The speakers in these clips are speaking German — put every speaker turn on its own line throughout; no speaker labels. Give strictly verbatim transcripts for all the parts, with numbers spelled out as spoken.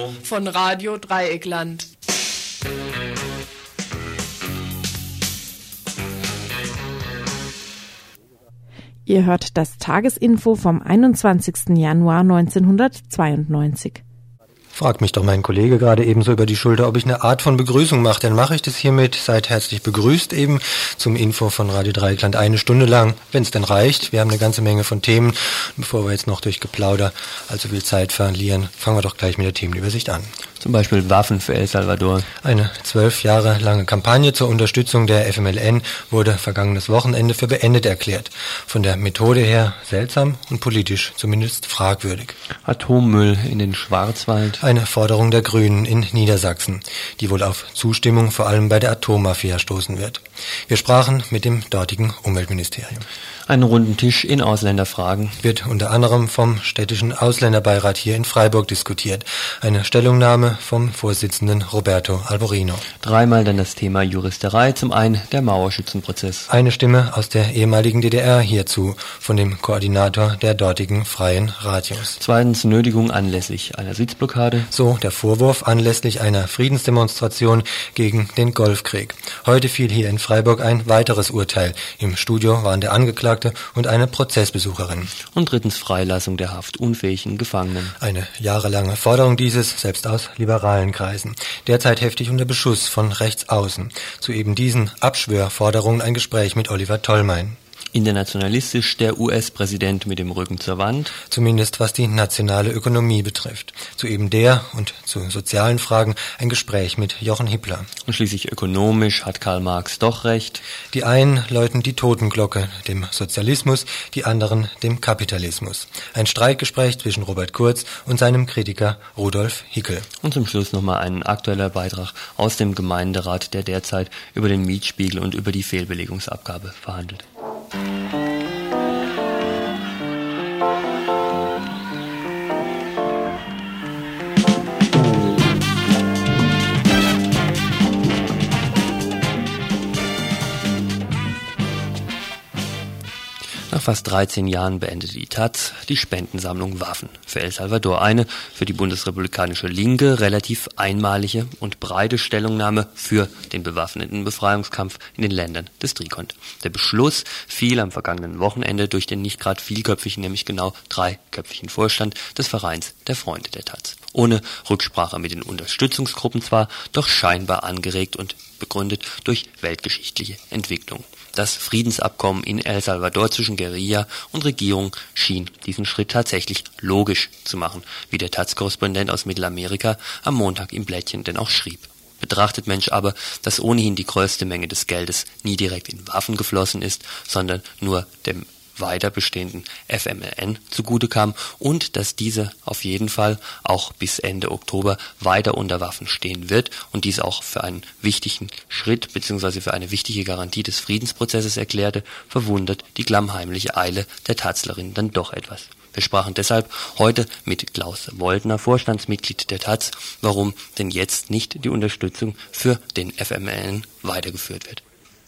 Info
von Radio Dreieckland.
Ihr hört das Tagesinfo vom einundzwanzigsten Januar neunzehnhundertzweiundneunzig.
Fragt mich doch mein Kollege gerade ebenso über die Schulter, ob ich eine Art von Begrüßung mache. Dann mache ich das hiermit. Seid herzlich begrüßt eben zum Info von Radio Dreieckland eine Stunde lang, wenn es denn reicht. Wir haben eine ganze Menge von Themen. Bevor wir jetzt noch durch Geplauder allzu viel Zeit verlieren, fangen wir doch gleich mit der Themenübersicht an.
Zum Beispiel Waffen für El Salvador.
Eine zwölf Jahre lange Kampagne zur Unterstützung der F M L N wurde vergangenes Wochenende für beendet erklärt. Von der Methode her seltsam und politisch zumindest fragwürdig.
Atommüll in den Schwarzwald.
Eine Forderung der Grünen in Niedersachsen, die wohl auf Zustimmung vor allem bei der Atommafia stoßen wird. Wir sprachen mit dem dortigen Umweltministerium.
Einen runden Tisch in Ausländerfragen.
Wird unter anderem vom städtischen Ausländerbeirat hier in Freiburg diskutiert. Eine Stellungnahme vom Vorsitzenden Roberto Alborino.
Dreimal dann das Thema Juristerei. Zum einen der Mauerschützenprozess.
Eine Stimme aus der ehemaligen D D R hierzu, von dem Koordinator der dortigen freien Radios.
Zweitens Nötigung anlässlich einer Sitzblockade.
So der Vorwurf anlässlich einer Friedensdemonstration gegen den Golfkrieg. Heute fiel hier in Freiburg ein weiteres Urteil. Im Studio waren der Angeklagte und eine Prozessbesucherin.
Und drittens Freilassung der haftunfähigen Gefangenen.
Eine jahrelange Forderung dieses, selbst aus liberalen Kreisen. Derzeit heftig unter Beschuss von rechts außen. Zu eben diesen Abschwörforderungen ein Gespräch mit Oliver Tollmein.
Internationalistisch der U S-Präsident mit dem Rücken zur Wand.
Zumindest was die nationale Ökonomie betrifft. Zu eben der und zu sozialen Fragen ein Gespräch mit Jochen Hippler.
Und schließlich ökonomisch hat Karl Marx doch recht.
Die einen läuten die Totenglocke, dem Sozialismus, die anderen dem Kapitalismus. Ein Streitgespräch zwischen Robert Kurz und seinem Kritiker Rudolf Hickel.
Und zum Schluss nochmal ein aktueller Beitrag aus dem Gemeinderat, der derzeit über den Mietspiegel und über die Fehlbelegungsabgabe verhandelt. Nach fast dreizehn Jahren beendete die Taz die Spendensammlung Waffen für El Salvador. Eine für die bundesrepublikanische Linke relativ einmalige und breite Stellungnahme für den bewaffneten Befreiungskampf in den Ländern des Trikont. Der Beschluss fiel am vergangenen Wochenende durch den nicht gerade vielköpfigen, nämlich genau dreiköpfigen Vorstand des Vereins der Freunde der Taz. Ohne Rücksprache mit den Unterstützungsgruppen zwar, doch scheinbar angeregt und begründet durch weltgeschichtliche Entwicklungen. Das Friedensabkommen in El Salvador zwischen Guerilla und Regierung schien diesen Schritt tatsächlich logisch zu machen, wie der Taz-Korrespondent aus Mittelamerika am Montag im Blättchen denn auch schrieb. Betrachtet Mensch aber, dass ohnehin die größte Menge des Geldes nie direkt in Waffen geflossen ist, sondern nur dem weiter bestehenden F M L N zugute kam und dass diese auf jeden Fall auch bis Ende Oktober weiter unter Waffen stehen wird und dies auch für einen wichtigen Schritt bzw. für eine wichtige Garantie des Friedensprozesses erklärte, verwundert die klammheimliche Eile der Tazlerin dann doch etwas. Wir sprachen deshalb heute mit Klaus Woldner, Vorstandsmitglied der Taz, warum denn jetzt nicht die Unterstützung für den F M L N weitergeführt wird.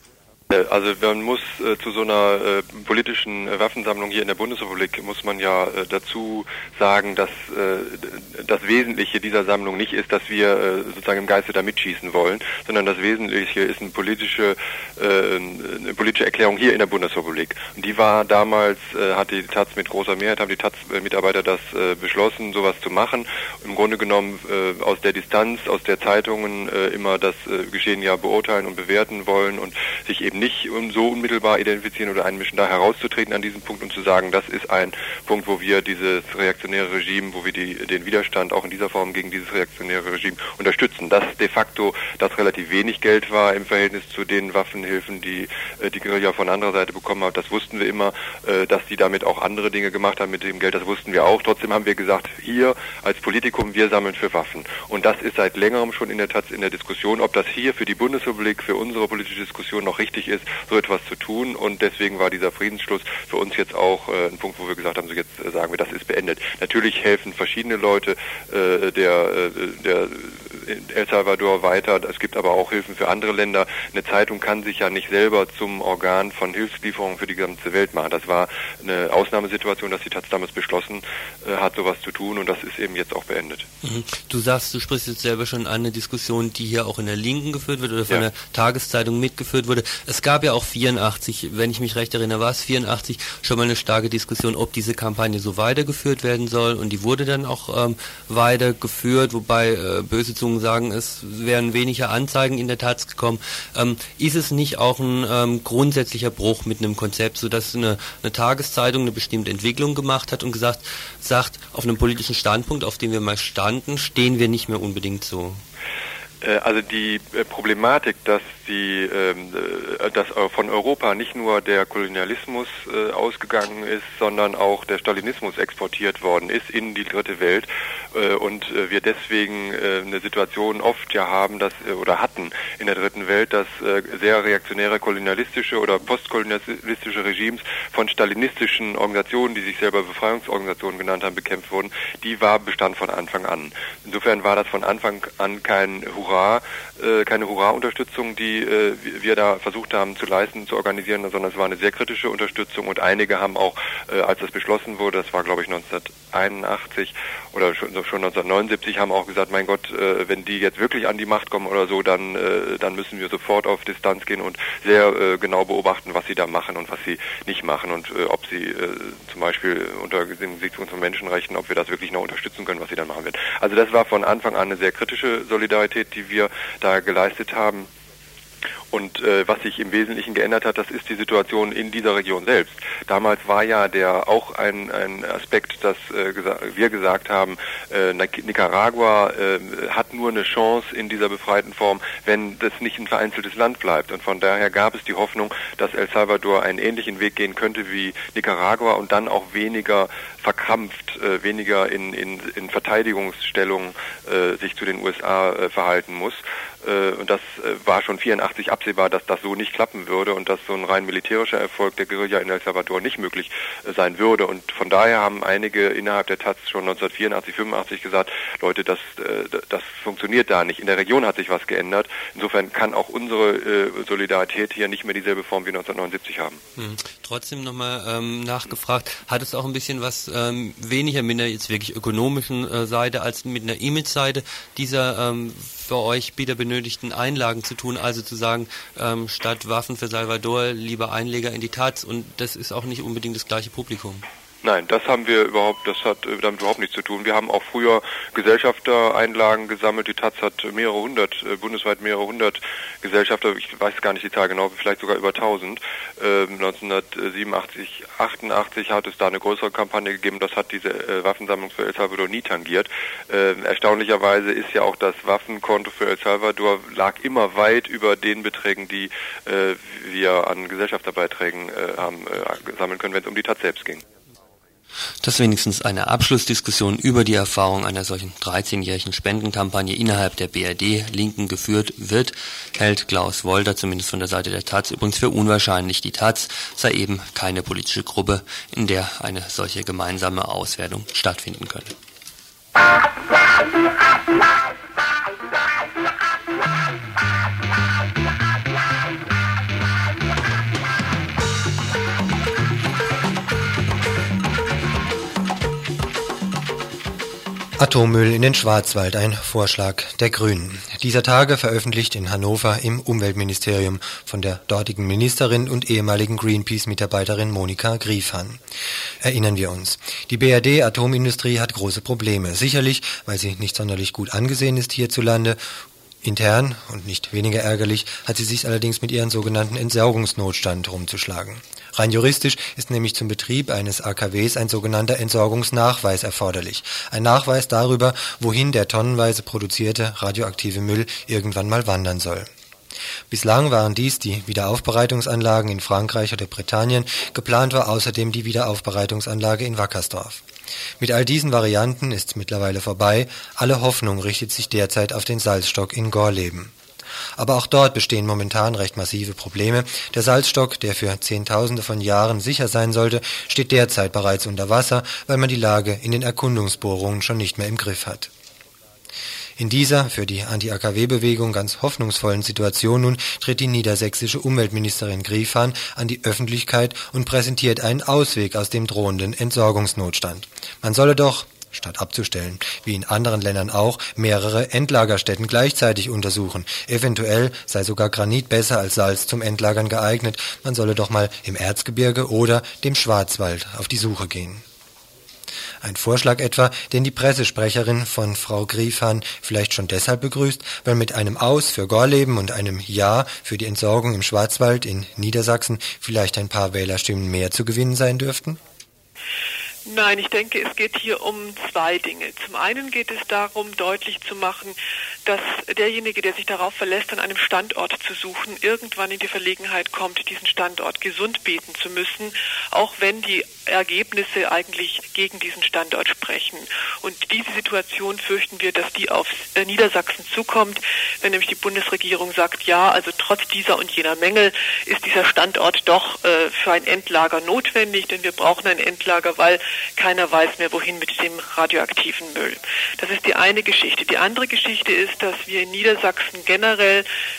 Also man muss äh, zu so einer äh, politischen äh, Waffensammlung hier in der Bundesrepublik muss man ja äh, dazu sagen, dass äh, das Wesentliche dieser Sammlung nicht ist, dass wir äh, sozusagen im Geiste da mitschießen wollen, sondern das Wesentliche ist eine politische, äh, eine politische Erklärung hier in der Bundesrepublik. Und die war damals, äh, hat die Taz mit großer Mehrheit, haben die Taz-Mitarbeiter das äh, beschlossen, sowas zu machen. Im Grunde genommen äh, aus der Distanz, aus der Zeitungen äh, immer das äh, Geschehen ja beurteilen und bewerten wollen und sich eben nicht so unmittelbar identifizieren oder einmischen, da herauszutreten an diesem Punkt und zu sagen, das ist ein Punkt, wo wir dieses reaktionäre Regime, wo wir die, den Widerstand auch in dieser Form gegen dieses reaktionäre Regime unterstützen. Dass de facto das relativ wenig Geld war im Verhältnis zu den Waffenhilfen, die die Guerilla von anderer Seite bekommen hat, das wussten wir immer. Dass die damit auch andere Dinge gemacht haben mit dem Geld, das wussten wir auch. Trotzdem haben wir gesagt, hier als Politikum, wir sammeln für Waffen. Und das ist seit längerem schon in der Taz in der Diskussion, ob das hier für die Bundesrepublik, für unsere politische Diskussion noch richtig ist, so etwas zu tun, und deswegen war dieser Friedensschluss für uns jetzt auch äh, ein Punkt, wo wir gesagt haben, so jetzt äh, sagen wir, das ist beendet. Natürlich helfen verschiedene Leute, äh, der, äh, der in El Salvador weiter. Es gibt aber auch Hilfen für andere Länder. Eine Zeitung kann sich ja nicht selber zum Organ von Hilfslieferungen für die ganze Welt machen. Das war eine Ausnahmesituation, dass die Taz damals beschlossen äh, hat, sowas zu tun, und das ist eben jetzt auch beendet.
Mhm. Du sagst, du sprichst jetzt selber schon an eine Diskussion, die hier auch in der Linken geführt wird oder von ja. der Tageszeitung mitgeführt wurde. Es gab ja auch vierundachtzig, wenn ich mich recht erinnere, war es vierundachtzig schon mal eine starke Diskussion, ob diese Kampagne so weitergeführt werden soll, und die wurde dann auch ähm, weitergeführt, wobei äh, böse Zungen sagen, es wären weniger Anzeigen in der Taz gekommen. Ähm, ist es nicht auch ein ähm, grundsätzlicher Bruch mit einem Konzept, sodass eine, eine Tageszeitung eine bestimmte Entwicklung gemacht hat und gesagt, sagt, auf einem politischen Standpunkt, auf dem wir mal standen, stehen wir nicht mehr unbedingt so?
Also die Problematik, dass die, dass von Europa nicht nur der Kolonialismus ausgegangen ist, sondern auch der Stalinismus exportiert worden ist in die dritte Welt, und wir deswegen eine Situation oft ja haben, dass oder hatten in der dritten Welt, dass sehr reaktionäre kolonialistische oder postkolonialistische Regimes von stalinistischen Organisationen, die sich selber Befreiungsorganisationen genannt haben, bekämpft wurden, die war Bestand von Anfang an. Insofern war das von Anfang an kein Hurra, äh, keine Hurra-Unterstützung, die äh, wir da versucht haben zu leisten, zu organisieren, sondern es war eine sehr kritische Unterstützung, und einige haben auch, äh, als das beschlossen wurde, das war glaube ich neunzehnhunderteinundachtzig oder schon, schon neunzehnhundertneunundsiebzig, haben auch gesagt, mein Gott, äh, wenn die jetzt wirklich an die Macht kommen oder so, dann, äh, dann müssen wir sofort auf Distanz gehen und sehr äh, genau beobachten, was sie da machen und was sie nicht machen, und äh, ob sie äh, zum Beispiel unter den Gesichtspunkt von Menschenrechten, ob wir das wirklich noch unterstützen können, was sie dann machen werden. Also das war von Anfang an eine sehr kritische Solidarität, die wir da geleistet haben. Und äh, was sich im Wesentlichen geändert hat, das ist die Situation in dieser Region selbst. Damals war ja der auch ein, ein Aspekt, dass äh, gesa- wir gesagt haben, äh, Nicaragua äh, hat nur eine Chance in dieser befreiten Form, wenn das nicht ein vereinzeltes Land bleibt. Und von daher gab es die Hoffnung, dass El Salvador einen ähnlichen Weg gehen könnte wie Nicaragua und dann auch weniger verkrampft, äh, weniger in, in, in Verteidigungsstellung äh, sich zu den U S A äh, verhalten muss. Und das war schon vierundachtzig absehbar, dass das so nicht klappen würde und dass so ein rein militärischer Erfolg der Guerilla in El Salvador nicht möglich sein würde. Und von daher haben einige innerhalb der Taz schon neunzehnhundertvierundachtzig, fünfundachtzig gesagt, Leute, das, das funktioniert da nicht. In der Region hat sich was geändert. Insofern kann auch unsere Solidarität hier nicht mehr dieselbe Form wie neunzehnhundertneunundsiebzig haben.
Hm. Trotzdem nochmal ähm, nachgefragt, hat es auch ein bisschen was ähm, weniger mit einer jetzt wirklich ökonomischen äh, Seite als mit einer Image-Seite dieser ähm, für euch bitter benötigten Einlagen zu tun, also zu sagen, ähm, statt Waffen für Salvador lieber Einleger in die Taz, und das ist auch nicht unbedingt das gleiche Publikum.
Nein, das haben wir überhaupt, das hat damit überhaupt nichts zu tun. Wir haben auch früher Gesellschaftereinlagen gesammelt. Die Taz hat mehrere hundert, äh, bundesweit mehrere hundert Gesellschafter, ich weiß gar nicht die Zahl genau, vielleicht sogar über tausend. Äh, neunzehnhundertsiebenundachtzig, achtundachtzig hat es da eine größere Kampagne gegeben, das hat diese äh, Waffensammlung für El Salvador nie tangiert. Äh, erstaunlicherweise ist ja auch das Waffenkonto für El Salvador lag immer weit über den Beträgen, die äh, wir an Gesellschafterbeiträgen äh, haben äh, sammeln können, wenn es um die Taz selbst ging.
Dass wenigstens eine Abschlussdiskussion über die Erfahrung einer solchen dreizehnjährigen Spendenkampagne innerhalb der B R D-Linken geführt wird, hält Klaus Wolter, zumindest von der Seite der Taz, übrigens für unwahrscheinlich. Die Taz sei eben keine politische Gruppe, in der eine solche gemeinsame Auswertung stattfinden könne.
Atommüll in den Schwarzwald, ein Vorschlag der Grünen. Dieser Tage veröffentlicht in Hannover im Umweltministerium von der dortigen Ministerin und ehemaligen Greenpeace-Mitarbeiterin Monika Griefahn. Erinnern wir uns, die B R D-Atomindustrie hat große Probleme, sicherlich, weil sie nicht sonderlich gut angesehen ist hierzulande. Intern, und nicht weniger ärgerlich, hat sie sich allerdings mit ihren sogenannten Entsorgungsnotstand rumzuschlagen. Rein juristisch ist nämlich zum Betrieb eines A K Ws ein sogenannter Entsorgungsnachweis erforderlich. Ein Nachweis darüber, wohin der tonnenweise produzierte radioaktive Müll irgendwann mal wandern soll. Bislang waren dies die Wiederaufbereitungsanlagen in Frankreich oder Britannien, geplant war außerdem die Wiederaufbereitungsanlage in Wackersdorf. Mit all diesen Varianten ist mittlerweile vorbei, alle Hoffnung richtet sich derzeit auf den Salzstock in Gorleben. Aber auch dort bestehen momentan recht massive Probleme. Der Salzstock, der für Zehntausende von Jahren sicher sein sollte, steht derzeit bereits unter Wasser, weil man die Lage in den Erkundungsbohrungen schon nicht mehr im Griff hat. In dieser für die Anti-A K W-Bewegung ganz hoffnungsvollen Situation nun tritt die niedersächsische Umweltministerin Griefahn an die Öffentlichkeit und präsentiert einen Ausweg aus dem drohenden Entsorgungsnotstand. Man solle doch, statt abzustellen, wie in anderen Ländern auch, mehrere Endlagerstätten gleichzeitig untersuchen. Eventuell sei sogar Granit besser als Salz zum Endlagern geeignet. Man solle doch mal im Erzgebirge oder dem Schwarzwald auf die Suche gehen. Ein Vorschlag etwa, den die Pressesprecherin von Frau Griefahn vielleicht schon deshalb begrüßt, weil mit einem Aus für Gorleben und einem Ja für die Entsorgung im Schwarzwald in Niedersachsen vielleicht ein paar Wählerstimmen mehr zu gewinnen sein dürften?
Nein, ich denke, es geht hier um zwei Dinge. Zum einen geht es darum, deutlich zu machen, dass derjenige, der sich darauf verlässt, an einem Standort zu suchen, irgendwann in die Verlegenheit kommt, diesen Standort gesund beten zu müssen, auch wenn die Ergebnisse eigentlich gegen diesen Standort sprechen. Und diese Situation fürchten wir, dass die auf Niedersachsen zukommt, wenn nämlich die Bundesregierung sagt, ja, also trotz dieser und jener Mängel ist dieser Standort doch äh, für ein Endlager notwendig, denn wir brauchen ein Endlager, weil keiner weiß mehr, wohin mit dem radioaktiven Müll. Das ist die eine Geschichte. Die andere Geschichte ist, dass wir in Niedersachsen generell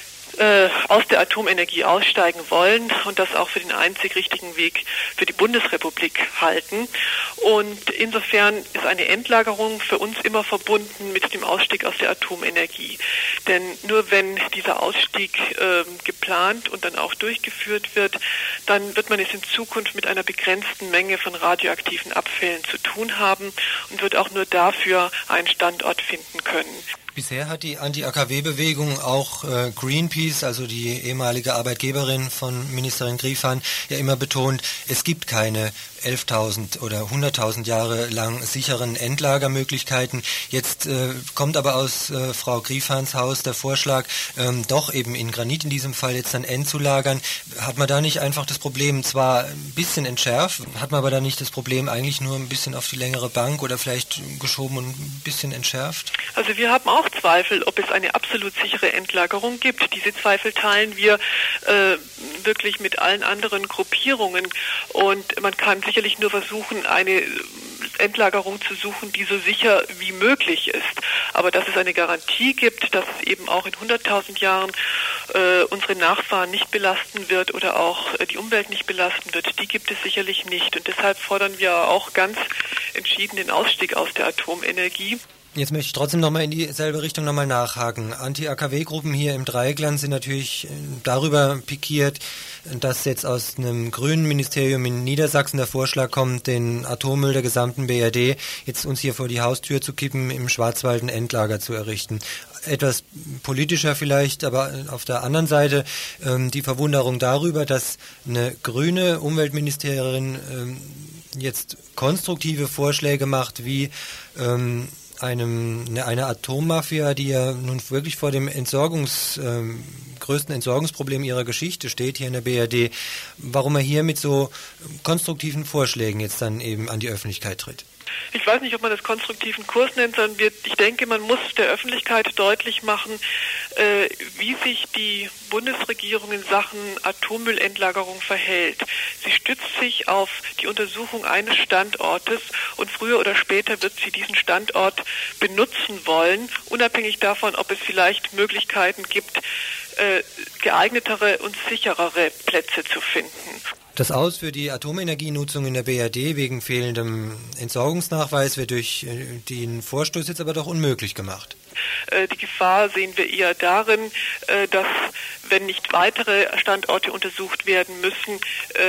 äh, aus der Atomenergie aussteigen wollen und das auch für den einzig richtigen Weg für die Bundesrepublik halten. Und insofern ist eine Endlagerung für uns immer verbunden mit dem Ausstieg aus der Atomenergie. Denn nur wenn dieser Ausstieg äh, geplant und dann auch durchgeführt wird, dann wird man es in Zukunft mit einer begrenzten Menge von radioaktiven Abfällen zu tun haben und wird auch nur dafür einen Standort finden können.
Bisher hat die Anti-A K W-Bewegung auch äh, Greenpeace, also die ehemalige Arbeitgeberin von Ministerin Griefahn, ja immer betont, es gibt keine elftausend oder hunderttausend Jahre lang sicheren Endlagermöglichkeiten. Jetzt äh, kommt aber aus äh, Frau Griefahns Haus der Vorschlag, ähm, doch eben in Granit in diesem Fall jetzt dann endzulagern. Hat man da nicht einfach das Problem zwar ein bisschen entschärft, hat man aber da nicht das Problem eigentlich nur ein bisschen auf die längere Bank oder vielleicht geschoben und ein bisschen entschärft?
Also wir haben auch Zweifel, ob es eine absolut sichere Endlagerung gibt. Diese Zweifel teilen wir äh, wirklich mit allen anderen Gruppierungen und man kann sicherlich nur versuchen, eine Endlagerung zu suchen, die so sicher wie möglich ist. Aber dass es eine Garantie gibt, dass es eben auch in hunderttausend Jahren äh, unsere Nachfahren nicht belasten wird oder auch äh, die Umwelt nicht belasten wird, die gibt es sicherlich nicht. Und deshalb fordern wir auch ganz entschieden den Ausstieg aus der Atomenergie.
Jetzt möchte ich trotzdem nochmal in dieselbe Richtung nochmal nachhaken. Anti-A K W-Gruppen hier im Dreieckland sind natürlich darüber pikiert, dass jetzt aus einem grünen Ministerium in Niedersachsen der Vorschlag kommt, den Atommüll der gesamten B R D jetzt uns hier vor die Haustür zu kippen, im Schwarzwald ein Endlager zu errichten. Etwas politischer vielleicht, aber auf der anderen Seite ähm, die Verwunderung darüber, dass eine grüne Umweltministerin ähm, jetzt konstruktive Vorschläge macht, wie ähm, einem eine, eine Atommafia, die ja nun wirklich vor dem Entsorgungs, ähm, größten Entsorgungsproblem ihrer Geschichte steht, hier in der B R D, warum er hier mit so konstruktiven Vorschlägen jetzt dann eben an die Öffentlichkeit tritt.
Ich weiß nicht, ob man das konstruktiven Kurs nennt, sondern wir, ich denke, man muss der Öffentlichkeit deutlich machen, äh, wie sich die Bundesregierung in Sachen Atommüllendlagerung verhält. Sie stützt sich auf die Untersuchung eines Standortes und früher oder später wird sie diesen Standort benutzen wollen, unabhängig davon, ob es vielleicht Möglichkeiten gibt, äh, geeignetere und sicherere Plätze zu finden.
Das Aus für die Atomenergienutzung in der B R D wegen fehlendem Entsorgungsnachweis wird durch den Vorstoß jetzt aber doch unmöglich gemacht.
Die Gefahr sehen wir eher darin, dass, wenn nicht weitere Standorte untersucht werden müssen,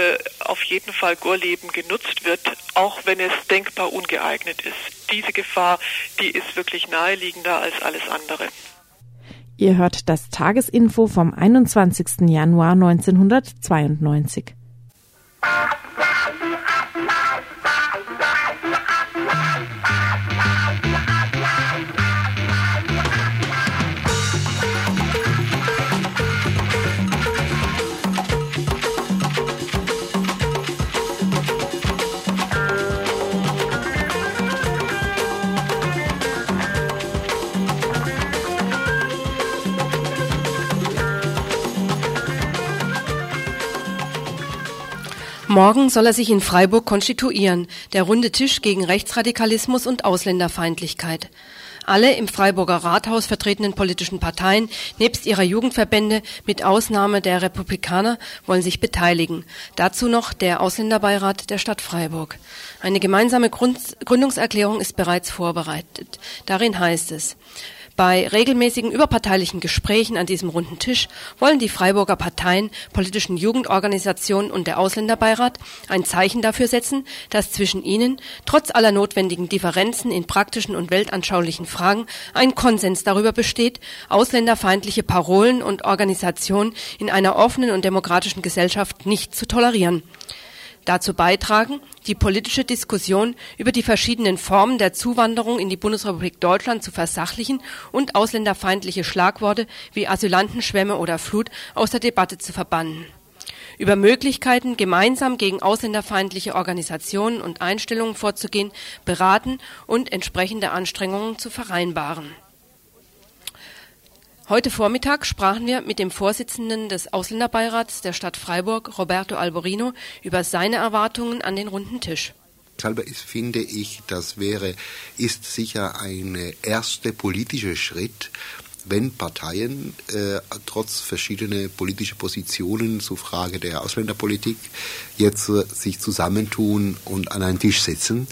auf jeden Fall Gorleben genutzt wird, auch wenn es denkbar ungeeignet ist. Diese Gefahr, die ist wirklich naheliegender als alles andere.
Ihr hört das Tagesinfo vom einundzwanzigsten Januar neunzehnhundertzweiundneunzig.
Morgen soll er sich in Freiburg konstituieren, der runde Tisch gegen Rechtsradikalismus und Ausländerfeindlichkeit. Alle im Freiburger Rathaus vertretenen politischen Parteien, nebst ihrer Jugendverbände mit Ausnahme der Republikaner, wollen sich beteiligen. Dazu noch der Ausländerbeirat der Stadt Freiburg. Eine gemeinsame Grund- Gründungserklärung ist bereits vorbereitet. Darin heißt es: Bei regelmäßigen überparteilichen Gesprächen an diesem runden Tisch wollen die Freiburger Parteien, politischen Jugendorganisationen und der Ausländerbeirat ein Zeichen dafür setzen, dass zwischen ihnen, trotz aller notwendigen Differenzen in praktischen und weltanschaulichen Fragen, ein Konsens darüber besteht, ausländerfeindliche Parolen und Organisationen in einer offenen und demokratischen Gesellschaft nicht zu tolerieren. Dazu beitragen, die politische Diskussion über die verschiedenen Formen der Zuwanderung in die Bundesrepublik Deutschland zu versachlichen und ausländerfeindliche Schlagworte wie Asylantenschwemme oder Flut aus der Debatte zu verbannen. Über Möglichkeiten, gemeinsam gegen ausländerfeindliche Organisationen und Einstellungen vorzugehen, beraten und entsprechende Anstrengungen zu vereinbaren. Heute Vormittag sprachen wir mit dem Vorsitzenden des Ausländerbeirats der Stadt Freiburg, Roberto Alborino, über seine Erwartungen an den runden Tisch.
Deshalb finde ich, das wäre, ist sicher ein erster politischer Schritt, wenn Parteien äh, trotz verschiedener politischer Positionen zur Frage der Ausländerpolitik jetzt äh, sich zusammentun und an einen Tisch sitzen.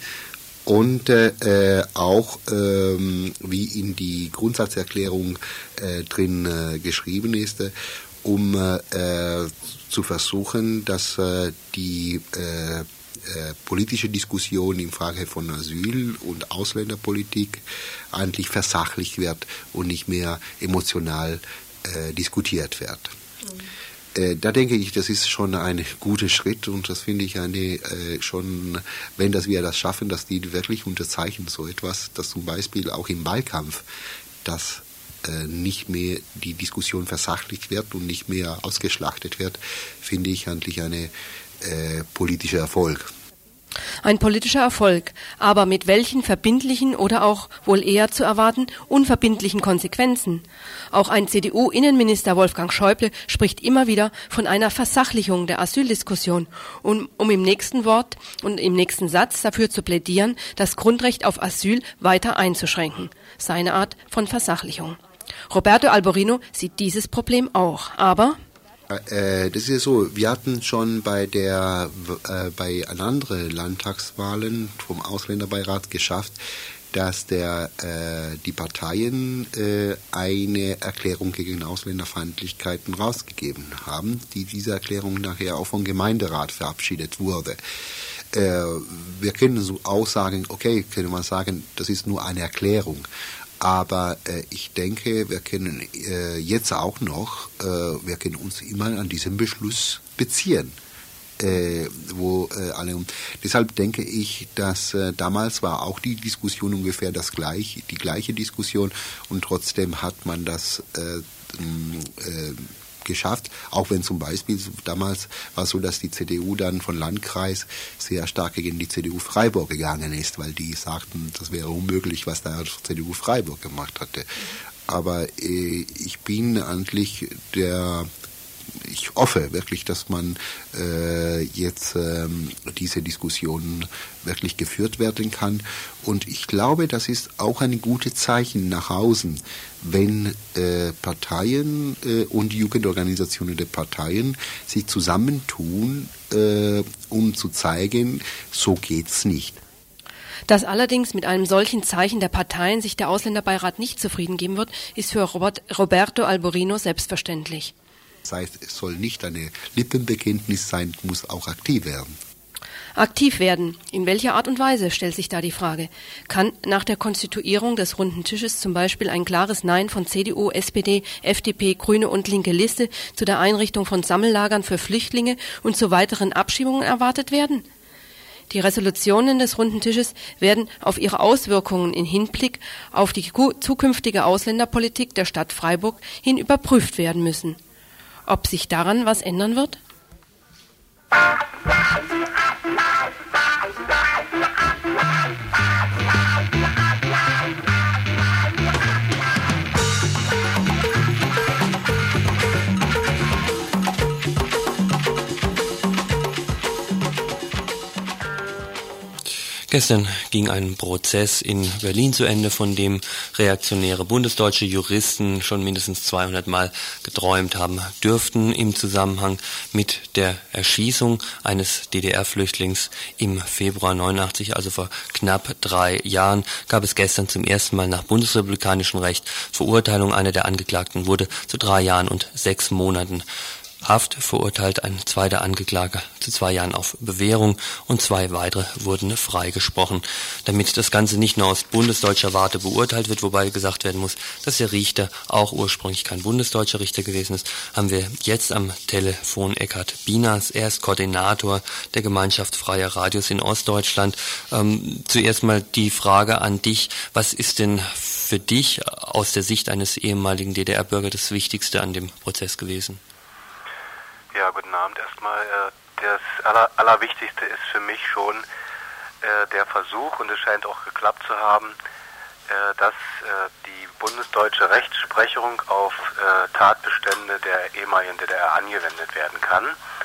Und äh, auch, ähm, wie in die Grundsatzerklärung äh, drin äh, geschrieben ist, äh, um äh, zu versuchen, dass äh, die äh, äh, politische Diskussion in Frage von Asyl- und Ausländerpolitik eigentlich versachlicht wird und nicht mehr emotional äh, diskutiert wird. Mhm. Da denke ich, das ist schon ein guter Schritt und das finde ich eine äh, schon, wenn das wir das schaffen, dass die wirklich unterzeichnen so etwas, dass zum Beispiel auch im Wahlkampf, dass äh, nicht mehr die Diskussion versachlicht wird und nicht mehr ausgeschlachtet wird, finde ich eigentlich eine äh, politischer Erfolg.
Ein politischer Erfolg, aber mit welchen verbindlichen oder auch wohl eher zu erwarten unverbindlichen Konsequenzen? Auch ein C D U-Innenminister Wolfgang Schäuble spricht immer wieder von einer Versachlichung der Asyldiskussion, um, um im nächsten Wort und im nächsten Satz dafür zu plädieren, das Grundrecht auf Asyl weiter einzuschränken. Seine Art von Versachlichung. Roberto Alborino sieht dieses Problem auch, aber...
Äh, das ist ja so, wir hatten schon bei der äh, bei anderen Landtagswahlen vom Ausländerbeirat geschafft, dass der äh, die Parteien äh, eine Erklärung gegen Ausländerfeindlichkeiten rausgegeben haben, die diese Erklärung nachher auch vom Gemeinderat verabschiedet wurde. Äh, wir können so auch sagen, okay, können wir sagen, das ist nur eine Erklärung. Aber äh, ich denke, wir können äh, jetzt auch noch, äh, wir können uns immer an diesen Beschluss beziehen. Äh, wo äh, alle, deshalb denke ich, dass äh, damals war auch die Diskussion ungefähr das gleiche, die gleiche Diskussion und trotzdem hat man das äh, äh, geschafft, auch wenn zum Beispiel damals war es so, dass die C D U dann von Landkreis sehr stark gegen die C D U Freiburg gegangen ist, weil die sagten, das wäre unmöglich, was da C D U Freiburg gemacht hatte. Aber äh, ich bin eigentlich der Ich hoffe wirklich, dass man äh, jetzt ähm, diese Diskussion wirklich geführt werden kann. Und ich glaube, das ist auch ein gutes Zeichen nach außen, wenn äh, Parteien äh, und die Jugendorganisationen der Parteien sich zusammentun, äh, um zu zeigen, so geht's nicht.
Dass allerdings mit einem solchen Zeichen der Parteien sich der Ausländerbeirat nicht zufrieden geben wird, ist für Robert, Roberto Alborino selbstverständlich.
Das heißt, es soll nicht eine Lippenbekenntnis sein, muss auch aktiv werden.
Aktiv werden. In welcher Art und Weise, stellt sich da die Frage. Kann nach der Konstituierung des runden Tisches zum Beispiel ein klares Nein von C D U, S P D, F D P, Grüne und Linke Liste zu der Einrichtung von Sammellagern für Flüchtlinge und zu weiteren Abschiebungen erwartet werden? Die Resolutionen des runden Tisches werden auf ihre Auswirkungen in Hinblick auf die zukünftige Ausländerpolitik der Stadt Freiburg hin überprüft werden müssen. Ob sich daran was ändern wird?
Gestern ging ein Prozess in Berlin zu Ende, von dem reaktionäre bundesdeutsche Juristen schon mindestens zweihundert Mal geträumt haben dürften im Zusammenhang mit der Erschießung eines D D R-Flüchtlings im Februar neunundachtzig, also vor knapp drei Jahren, gab es gestern zum ersten Mal nach bundesrepublikanischem Recht Verurteilung. Einer der Angeklagten wurde zu drei Jahren und sechs Monaten Haft verurteilt, ein zweiter Angeklagter zu zwei Jahren auf Bewährung und zwei weitere wurden freigesprochen. Damit das Ganze nicht nur aus bundesdeutscher Warte beurteilt wird, wobei gesagt werden muss, dass der Richter auch ursprünglich kein bundesdeutscher Richter gewesen ist, haben wir jetzt am Telefon Eckhard Bieners. Er ist Koordinator der Gemeinschaft Freier Radios in Ostdeutschland. Ähm, zuerst mal die Frage an dich, was ist denn für dich aus der Sicht eines ehemaligen D D R-Bürgers das Wichtigste an dem Prozess gewesen?
Ja, guten Abend erstmal. Das Aller, Allerwichtigste ist für mich schon äh, der Versuch, und es scheint auch geklappt zu haben, äh, dass äh, die bundesdeutsche Rechtsprechung auf äh, Tatbestände der ehemaligen D D R angewendet werden kann.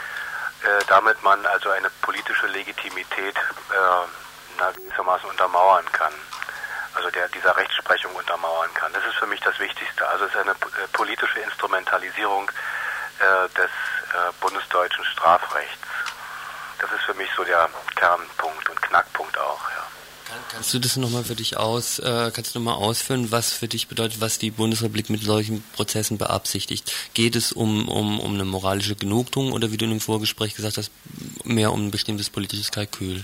Äh, damit man also eine politische Legitimität äh, na, gewissermaßen untermauern kann. Also der, dieser Rechtsprechung untermauern kann. Das ist für mich das Wichtigste. Also es ist eine äh, politische Instrumentalisierung äh, des äh, bundesdeutschen Strafrechts. Das ist für mich so der Kernpunkt und Knackpunkt auch, ja.
Kannst du das nochmal für dich aus, äh, kannst du nochmal ausführen, was für dich bedeutet, was die Bundesrepublik mit solchen Prozessen beabsichtigt? Geht es um, um, um eine moralische Genugtuung oder, wie du in dem Vorgespräch gesagt hast, mehr um ein bestimmtes politisches Kalkül?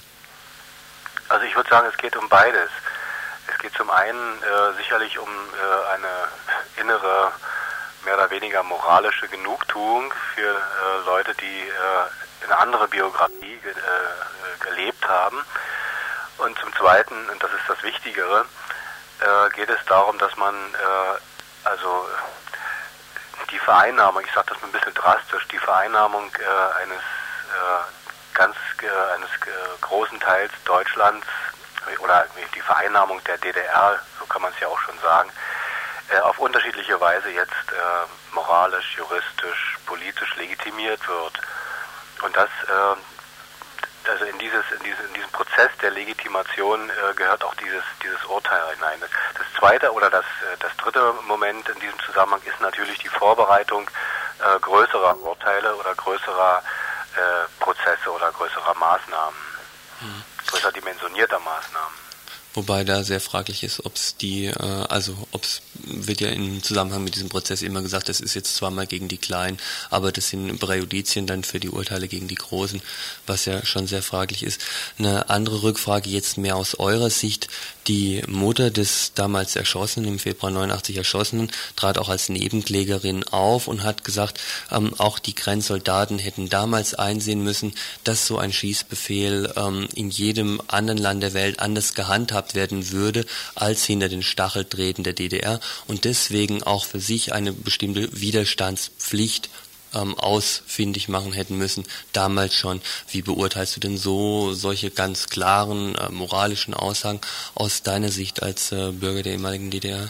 Also ich würde sagen, es geht um beides. Es geht zum einen äh, sicherlich um äh, eine innere, mehr oder weniger moralische Genugtuung für äh, Leute, die äh, eine andere Biografie ge äh, gelebt haben. Und zum Zweiten, und das ist das Wichtigere, äh, geht es darum, dass man äh, also die Vereinnahmung, ich sage das ein bisschen drastisch, die Vereinnahmung äh, eines äh, ganz äh, eines äh, großen Teils Deutschlands oder die Vereinnahmung der D D R, so kann man es ja auch schon sagen, äh, auf unterschiedliche Weise jetzt äh, moralisch, juristisch, politisch legitimiert wird. Und das, äh, also in dieses, in diese, in diesen Prozess der Legitimation äh, gehört auch dieses, dieses Urteil hinein. Das zweite oder das, das dritte Moment in diesem Zusammenhang ist natürlich die Vorbereitung äh, größerer Urteile oder größerer äh, Prozesse oder größerer Maßnahmen, mhm. größer dimensionierter Maßnahmen.
Wobei da sehr fraglich ist, ob es die, äh, also ob es wird ja im Zusammenhang mit diesem Prozess immer gesagt, das ist jetzt zweimal gegen die Kleinen, aber das sind Präjudizien dann für die Urteile gegen die Großen, was ja schon sehr fraglich ist. Eine andere Rückfrage jetzt mehr aus eurer Sicht. Die Mutter des damals Erschossenen, im Februar neunundachtzig Erschossenen, trat auch als Nebenklägerin auf und hat gesagt, ähm, auch die Grenzsoldaten hätten damals einsehen müssen, dass so ein Schießbefehl ähm, in jedem anderen Land der Welt anders gehandhabt werden würde, als hinter den Stacheltreten der D D R und deswegen auch für sich eine bestimmte Widerstandspflicht ähm, ausfindig machen hätten müssen, damals schon. Wie beurteilst du denn so solche ganz klaren äh, moralischen Aussagen aus deiner Sicht als äh, Bürger der ehemaligen D D R?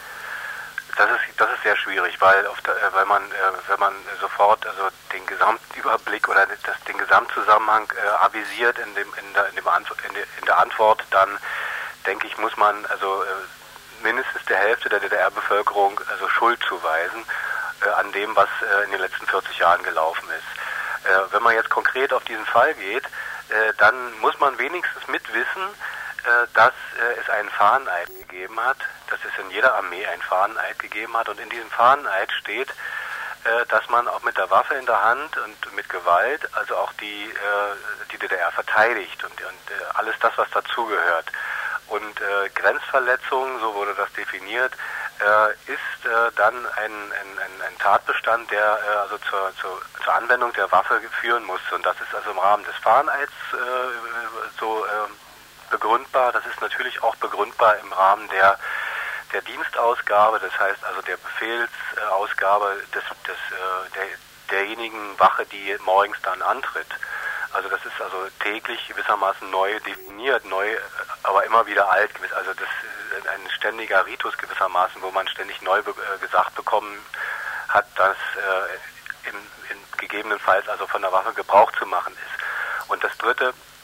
Das ist, das ist sehr schwierig, weil, auf der, weil man, äh, wenn man sofort also den Gesamtüberblick oder das, den Gesamtzusammenhang äh, avisiert in, dem, in, der, in, dem Antwo- in, der, in der Antwort, dann denke ich, muss man also äh, mindestens der Hälfte der D D R-Bevölkerung also Schuld zuweisen äh, an dem, was äh, in den letzten vierzig Jahren gelaufen ist. Äh, wenn man jetzt konkret auf diesen Fall geht, äh, dann muss man wenigstens mitwissen, äh, dass äh, es einen Fahneneid gegeben hat, dass es in jeder Armee einen Fahneneid gegeben hat und in diesem Fahneneid steht, äh, dass man auch mit der Waffe in der Hand und mit Gewalt also auch die, äh, die D D R verteidigt und, und äh, alles das, was dazugehört. Und äh, Grenzverletzung, so wurde das definiert, äh, ist äh, dann ein, ein, ein, ein Tatbestand, der äh, also zur, zur, zur Anwendung der Waffe führen muss. Und das ist also im Rahmen des Fahneneids äh, so äh, begründbar. Das ist natürlich auch begründbar im Rahmen der, der Dienstausgabe, das heißt also der Befehlsausgabe des, des, äh, der, derjenigen Wache, die morgens dann antritt. Also das ist also täglich gewissermaßen neu definiert, neu, aber immer wieder alt. Also das ist ein ständiger Ritus gewissermaßen, wo man ständig neu be- gesagt bekommen hat, dass äh, in, in gegebenenfalls also von der Waffe Gebrauch zu machen ist. Und das Dritte,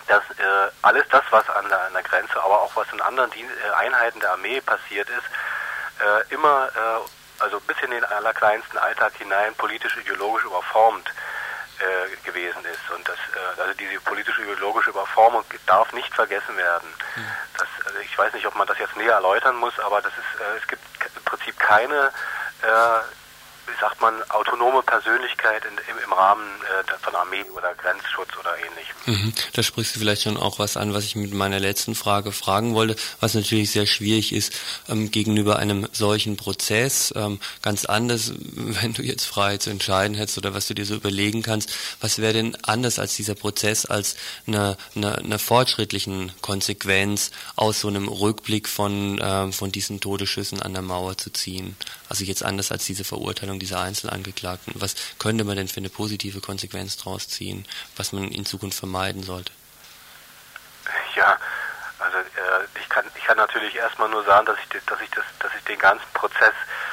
dass äh, alles das, was an der, an der Grenze, aber auch was in anderen Dien- äh, Einheiten der Armee passiert ist, äh, immer, äh, also bis in den allerkleinsten Alltag hinein politisch-ideologisch überformt äh, gewesen ist. Und das, äh, also diese politische-ideologische Überformung darf nicht vergessen werden. Mhm. Das, also ich weiß nicht, ob man das jetzt näher erläutern muss, aber das ist, äh, es gibt im Prinzip keine äh, wie sagt man, autonome Persönlichkeit in, im, im Rahmen äh, von Armee oder Grenzschutz oder ähnlichem.
Mhm. Da sprichst du vielleicht schon auch was an, was ich mit meiner letzten Frage fragen wollte, was natürlich sehr schwierig ist ähm, gegenüber einem solchen Prozess. Ähm, ganz anders, wenn du jetzt frei zu entscheiden hättest oder was du dir so überlegen kannst, was wäre denn anders als dieser Prozess, als eine, eine, eine fortschrittlichen Konsequenz aus so einem Rückblick von, ähm, von diesen Todesschüssen an der Mauer zu ziehen? Also jetzt anders als diese Verurteilung dieser Einzelangeklagten. Was könnte man denn für eine positive Konsequenz draus ziehen, was man in Zukunft vermeiden sollte?
Ja, also äh, ich kann ich kann natürlich erstmal nur sagen, dass ich dass ich das dass ich den ganzen Prozess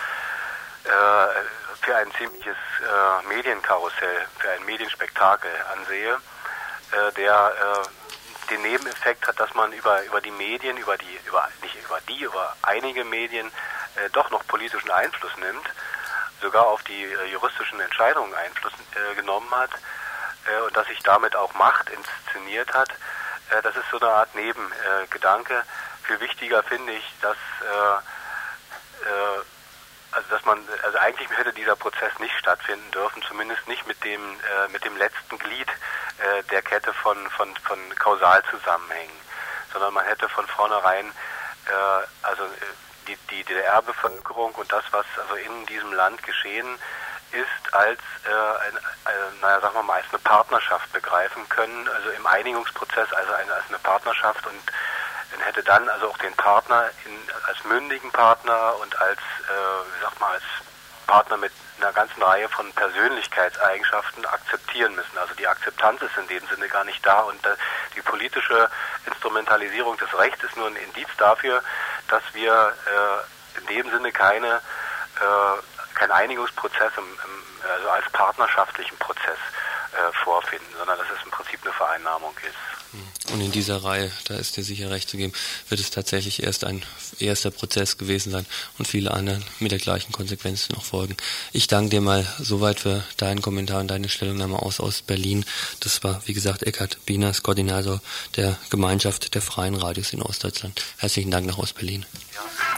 äh, für ein ziemliches äh, Medienkarussell, für ein Medienspektakel ansehe, äh, der äh, den Nebeneffekt hat, dass man über über die Medien, über die über nicht über die über einige Medien äh, doch noch politischen Einfluss nimmt, sogar auf die äh, juristischen Entscheidungen Einfluss äh, genommen hat äh, und dass sich damit auch Macht inszeniert hat. Äh, das ist so eine Art Nebengedanke. Äh, Viel wichtiger finde ich, dass äh, äh, also dass man also eigentlich hätte dieser Prozess nicht stattfinden dürfen, zumindest nicht mit dem äh, mit dem letzten Glied äh, der Kette von von von Kausalzusammenhängen, sondern man hätte von vornherein äh, also die die D D R-Bevölkerung und das, was also in diesem Land geschehen ist, als äh, ein, äh, naja, sagen wir mal, als eine Partnerschaft begreifen können, also im Einigungsprozess, also eine, als eine Partnerschaft, und hätte dann also auch den Partner in, als mündigen Partner und als, äh, wie sagt man, als Partner mit einer ganzen Reihe von Persönlichkeitseigenschaften akzeptieren müssen. Also die Akzeptanz ist in dem Sinne gar nicht da, und äh, die politische Instrumentalisierung des Rechts ist nur ein Indiz dafür, dass wir äh, in dem Sinne keine äh, keinen Einigungsprozess im, im, also als partnerschaftlichen Prozess äh, vorfinden, sondern dass es im Prinzip eine Vereinnahmung ist.
Und in dieser Reihe, da ist dir sicher recht zu geben, wird es tatsächlich erst ein erster Prozess gewesen sein und viele anderen mit der gleichen Konsequenz noch folgen. Ich danke dir mal soweit für deinen Kommentar und deine Stellungnahme aus, aus Berlin. Das war, wie gesagt, Eckhard Bieners, Koordinator der Gemeinschaft der Freien Radios in Ostdeutschland. Herzlichen Dank nach Ostberlin. Ja.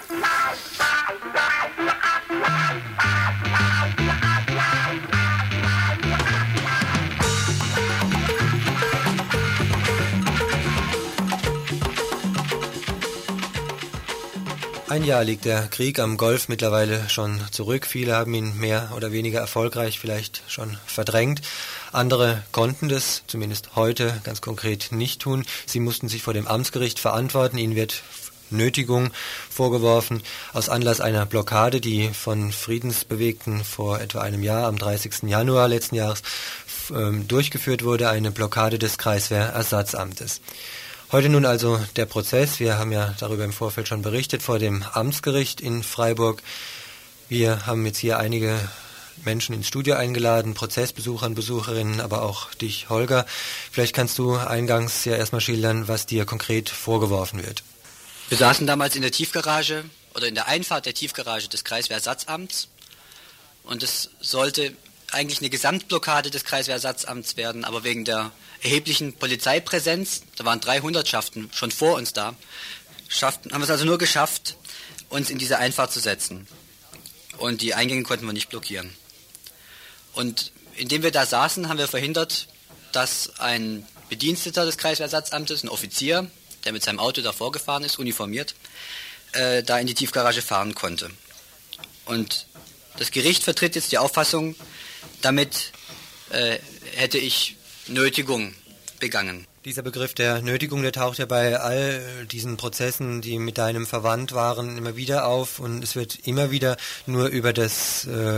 Ein Jahr liegt der Krieg am Golf mittlerweile schon zurück. Viele haben ihn mehr oder weniger erfolgreich vielleicht schon verdrängt. Andere konnten das, zumindest heute, ganz konkret nicht tun. Sie mussten sich vor dem Amtsgericht verantworten. Ihnen wird Nötigung vorgeworfen aus Anlass einer Blockade, die von Friedensbewegten vor etwa einem Jahr, am dreißigsten Januar letzten Jahres, ähm, durchgeführt wurde, eine Blockade des Kreiswehrersatzamtes. Heute nun also der Prozess. Wir haben ja darüber im Vorfeld schon berichtet, vor dem Amtsgericht in Freiburg. Wir haben jetzt hier einige Menschen ins Studio eingeladen, Prozessbesucher und Besucherinnen, aber auch dich, Holger. Vielleicht kannst du eingangs ja erstmal schildern, was dir konkret vorgeworfen wird.
Wir saßen damals in der Tiefgarage oder in der Einfahrt der Tiefgarage des Kreiswehrersatzamts, und es sollte eigentlich eine Gesamtblockade des Kreiswehrersatzamts werden, aber wegen der erheblichen Polizeipräsenz, da waren drei Hundertschaften schon vor uns da, schafften, haben wir es also nur geschafft, uns in diese Einfahrt zu setzen. Und die Eingänge konnten wir nicht blockieren. Und indem wir da saßen, haben wir verhindert, dass ein Bediensteter des Kreiswehrersatzamtes, ein Offizier, der mit seinem Auto davor gefahren ist, uniformiert, äh, da in die Tiefgarage fahren konnte. Und das Gericht vertritt jetzt die Auffassung, damit äh, hätte ich Nötigung begangen.
Dieser Begriff der Nötigung, der taucht ja bei all diesen Prozessen, die mit deinem verwandt waren, immer wieder auf, und es wird immer wieder nur über das äh,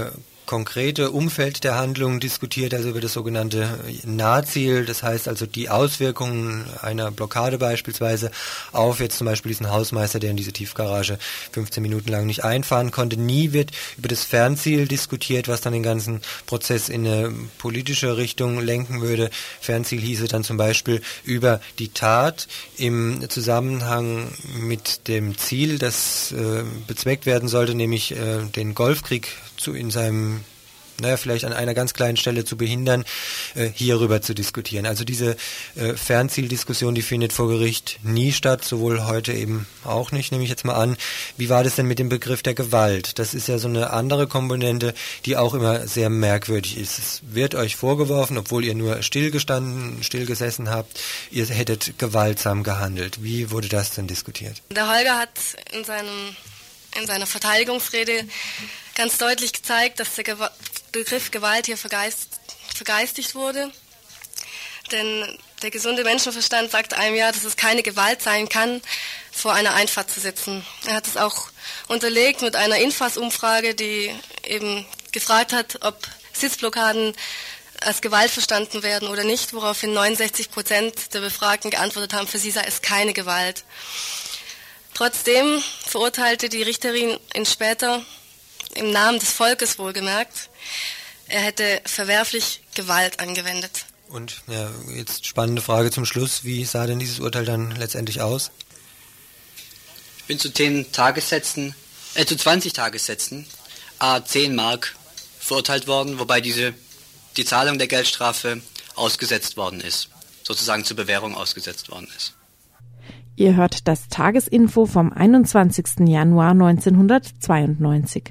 konkrete Umfeld der Handlung diskutiert, also über das sogenannte Nahziel, das heißt also die Auswirkungen einer Blockade beispielsweise auf jetzt zum Beispiel diesen Hausmeister, der in diese Tiefgarage fünfzehn Minuten lang nicht einfahren konnte. Nie wird über das Fernziel diskutiert, was dann den ganzen Prozess in eine politische Richtung lenken würde. Fernziel hieße dann zum Beispiel über die Tat im Zusammenhang mit dem Ziel, das äh, bezweckt werden sollte, nämlich äh, den Golfkrieg zu in seinem, naja, vielleicht an einer ganz kleinen Stelle zu behindern, äh, hierüber zu diskutieren. Also diese äh, Fernzieldiskussion, die findet vor Gericht nie statt, sowohl heute eben auch nicht, nehme ich jetzt mal an. Wie war das denn mit dem Begriff der Gewalt? Das ist ja so eine andere Komponente, die auch immer sehr merkwürdig ist. Es wird euch vorgeworfen, obwohl ihr nur stillgestanden, stillgesessen habt, ihr hättet gewaltsam gehandelt. Wie wurde das denn diskutiert?
Der Holger hat in seinem in seiner Verteidigungsrede ganz deutlich gezeigt, dass der Ge- Begriff Gewalt hier vergeist, vergeistigt wurde. Denn der gesunde Menschenverstand sagt einem ja, dass es keine Gewalt sein kann, vor einer Einfahrt zu sitzen. Er hat es auch unterlegt mit einer Infas-Umfrage, die eben gefragt hat, ob Sitzblockaden als Gewalt verstanden werden oder nicht, woraufhin neunundsechzig Prozent der Befragten geantwortet haben, für sie sei es keine Gewalt. Trotzdem verurteilte die Richterin ihn später, im Namen des Volkes wohlgemerkt, er hätte verwerflich Gewalt angewendet.
Und ja, jetzt spannende Frage zum Schluss, wie sah denn dieses Urteil dann letztendlich aus?
Ich bin zu zehn Tagessätzen, äh, zu zwanzig Tagessätzen, à zehn Mark verurteilt worden, wobei diese, die Zahlung der Geldstrafe ausgesetzt worden ist, sozusagen zur Bewährung ausgesetzt worden ist.
Ihr hört das Tagesinfo vom einundzwanzigsten Januar neunzehnhundertzweiundneunzig.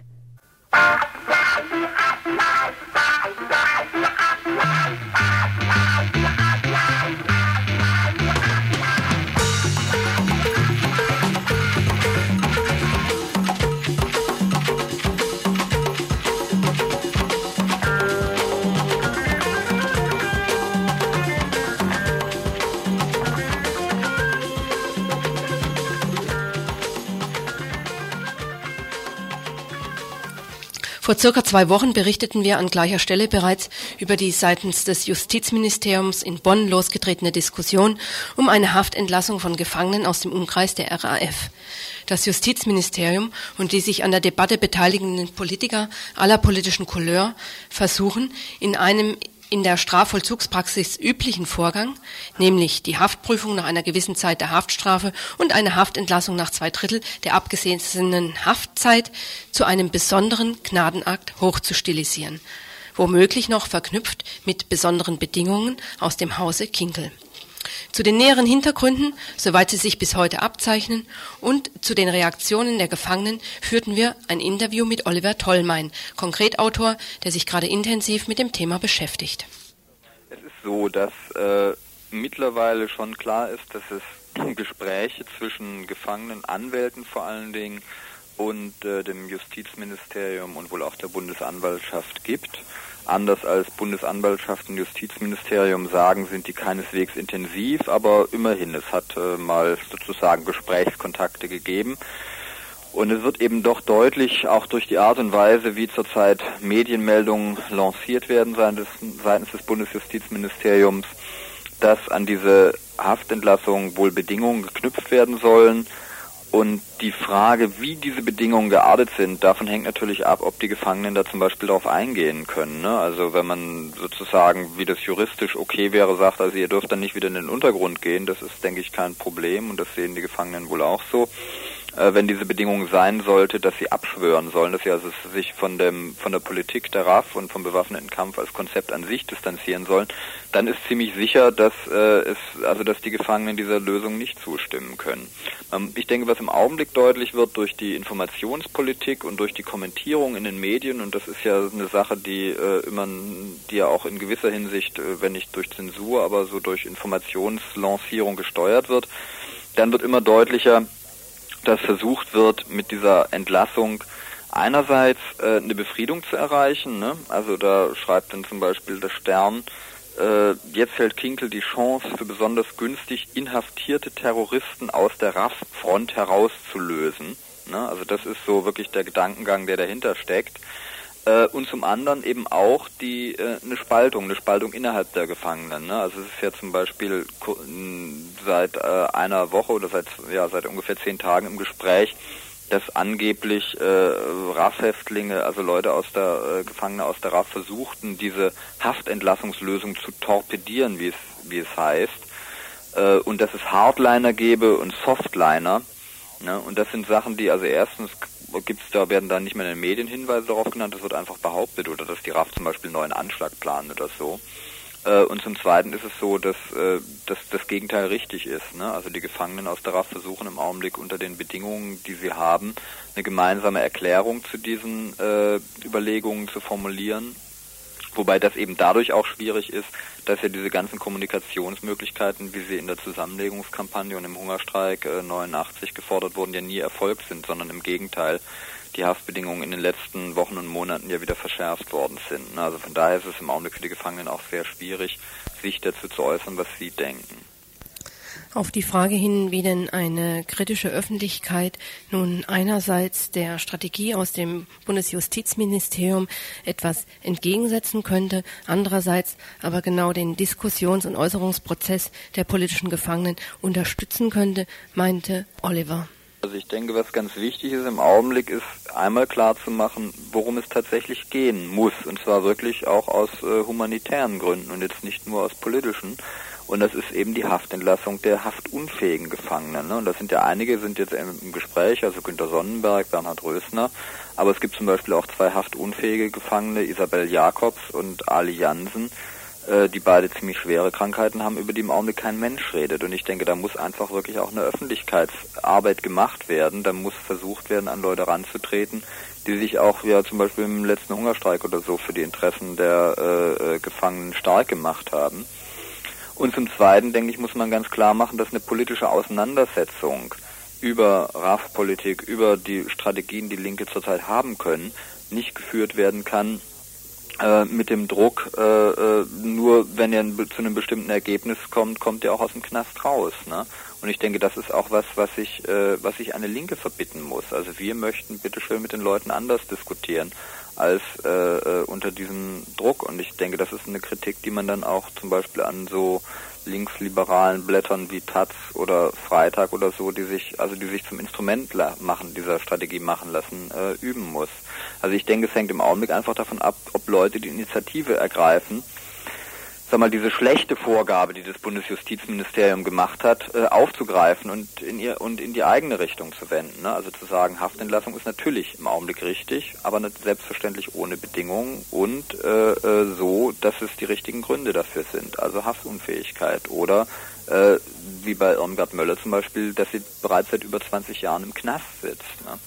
Vor circa zwei Wochen berichteten wir an gleicher Stelle bereits über die seitens des Justizministeriums in Bonn losgetretene Diskussion um eine Haftentlassung von Gefangenen aus dem Umkreis der R A F. Das Justizministerium und die sich an der Debatte beteiligenden Politiker aller politischen Couleur versuchen, in einem in der Strafvollzugspraxis üblichen Vorgang, nämlich die Haftprüfung nach einer gewissen Zeit der Haftstrafe und eine Haftentlassung nach zwei Drittel der abgesessenen Haftzeit, zu einem besonderen Gnadenakt hochzustilisieren, womöglich noch verknüpft mit besonderen Bedingungen aus dem Hause Kinkel. Zu den näheren Hintergründen, soweit sie sich bis heute abzeichnen, und zu den Reaktionen der Gefangenen führten wir ein Interview mit Oliver Tollmein, Konkretautor, der sich gerade intensiv mit dem Thema beschäftigt.
Es ist so, dass äh, mittlerweile schon klar ist, dass es Gespräche zwischen Gefangenen, Anwälten vor allen Dingen und äh, dem Justizministerium und wohl auch der Bundesanwaltschaft gibt. Anders als Bundesanwaltschaft und Justizministerium sagen, sind die keineswegs intensiv, aber immerhin, es hat äh, mal sozusagen Gesprächskontakte gegeben. Und es wird eben doch deutlich, auch durch die Art und Weise, wie zurzeit Medienmeldungen lanciert werden seitens, seitens des Bundesjustizministeriums, dass an diese Haftentlassung wohl Bedingungen geknüpft werden sollen. Und die Frage, wie diese Bedingungen geartet sind, davon hängt natürlich ab, ob die Gefangenen da zum Beispiel darauf eingehen können. Ne? Also wenn man sozusagen, wie das juristisch okay wäre, sagt, also ihr dürft dann nicht wieder in den Untergrund gehen, das ist, denke ich, kein Problem und das sehen die Gefangenen wohl auch so. Äh, wenn diese Bedingung sein sollte, dass sie abschwören sollen, dass sie also sich von dem von der Politik der R A F und vom bewaffneten Kampf als Konzept an sich distanzieren sollen, dann ist ziemlich sicher, dass äh, es also dass die Gefangenen dieser Lösung nicht zustimmen können. Ähm, ich denke, was im Augenblick deutlich wird durch die Informationspolitik und durch die Kommentierung in den Medien, und das ist ja eine Sache, die äh, immer, die ja auch in gewisser Hinsicht, äh, wenn nicht durch Zensur, aber so durch Informationslancierung gesteuert wird, dann wird immer deutlicher, dass versucht wird, mit dieser Entlassung einerseits äh, eine Befriedung zu erreichen. Ne? Also da schreibt dann zum Beispiel der Stern, äh, jetzt hält Kinkel die Chance, für besonders günstig inhaftierte Terroristen aus der R A F-Front herauszulösen. Ne? Also das ist so wirklich der Gedankengang, der dahinter steckt.
Äh, und zum anderen eben auch die äh, eine Spaltung, eine Spaltung innerhalb der Gefangenen. Ne? Also es ist ja zum Beispiel seit äh, einer Woche oder seit ja seit ungefähr zehn Tagen im Gespräch, dass angeblich äh, R A F-Häftlinge, also Leute aus der äh, Gefangene aus der R A F, versuchten, diese Haftentlassungslösung zu torpedieren, wie es wie es heißt, äh, und dass es Hardliner gäbe und Softliner. Ne? Und das sind Sachen, die also erstens gibt's da werden dann nicht mehr in den Medien Hinweise darauf genannt, das wird einfach behauptet, oder dass die R A F zum Beispiel einen neuen Anschlag planen oder so. Äh, und zum Zweiten ist es so, dass, äh, dass das Gegenteil richtig ist. Ne? Also die Gefangenen aus der R A F versuchen im Augenblick unter den Bedingungen, die sie haben, eine gemeinsame Erklärung zu diesen äh, Überlegungen zu formulieren. Wobei das eben dadurch auch schwierig ist, dass ja diese ganzen Kommunikationsmöglichkeiten, wie sie in der Zusammenlegungskampagne und im Hungerstreik äh, neunundachtzig gefordert wurden, ja nie erfolgt sind, sondern im Gegenteil die Haftbedingungen in den letzten Wochen und Monaten ja wieder verschärft worden sind. Also von daher ist es im Augenblick für die Gefangenen auch sehr schwierig, sich dazu zu äußern, was sie denken.
Auf die Frage hin, wie denn eine kritische Öffentlichkeit nun einerseits der Strategie aus dem Bundesjustizministerium etwas entgegensetzen könnte, andererseits aber genau den Diskussions- und Äußerungsprozess der politischen Gefangenen unterstützen könnte, meinte Oliver.
Also ich denke, was ganz wichtig ist im Augenblick, ist einmal klar zu machen, worum es tatsächlich gehen muss. Und zwar wirklich auch aus äh, humanitären Gründen und jetzt nicht nur aus politischen. Und das ist eben die Haftentlassung der haftunfähigen Gefangenen. Ne? Und das sind ja einige, sind jetzt im Gespräch, also Günter Sonnenberg, Bernhard Rösner. Aber es gibt zum Beispiel auch zwei haftunfähige Gefangene, Isabel Jakobs und Ali Jansen, äh, die beide ziemlich schwere Krankheiten haben, über die im Augenblick kein Mensch redet. Und ich denke, da muss einfach wirklich auch eine Öffentlichkeitsarbeit gemacht werden. Da muss versucht werden, an Leute ranzutreten, die sich auch ja zum Beispiel im letzten Hungerstreik oder so für die Interessen der äh, Gefangenen stark gemacht haben. Und zum Zweiten, denke ich, muss man ganz klar machen, dass eine politische Auseinandersetzung über R A F-Politik, über die Strategien, die Linke zurzeit haben können, nicht geführt werden kann äh, mit dem Druck, äh, äh, nur wenn er zu einem bestimmten Ergebnis kommt, kommt er auch aus dem Knast raus. Ne? Und ich denke, das ist auch was, was ich, äh, was ich eine Linke verbitten muss. Also wir möchten bitteschön mit den Leuten anders diskutieren als äh, äh, unter diesem Druck. Und ich denke, das ist eine Kritik, die man dann auch zum Beispiel an so linksliberalen Blättern wie Taz oder Freitag oder so, die sich, also die sich zum Instrument machen, dieser Strategie machen lassen, äh, üben muss. Also ich denke, es hängt im Augenblick einfach davon ab, ob Leute die Initiative ergreifen, sag mal, diese schlechte Vorgabe, die das Bundesjustizministerium gemacht hat, äh, aufzugreifen und in ihr und in die eigene Richtung zu wenden. Ne? Also zu sagen, Haftentlassung ist natürlich im Augenblick richtig, aber nicht selbstverständlich ohne Bedingungen und äh, äh, so, dass es die richtigen Gründe dafür sind. Also Haftunfähigkeit oder äh, wie bei Irmgard Möller zum Beispiel, dass sie bereits seit über zwanzig Jahren im Knast sitzt. Ne?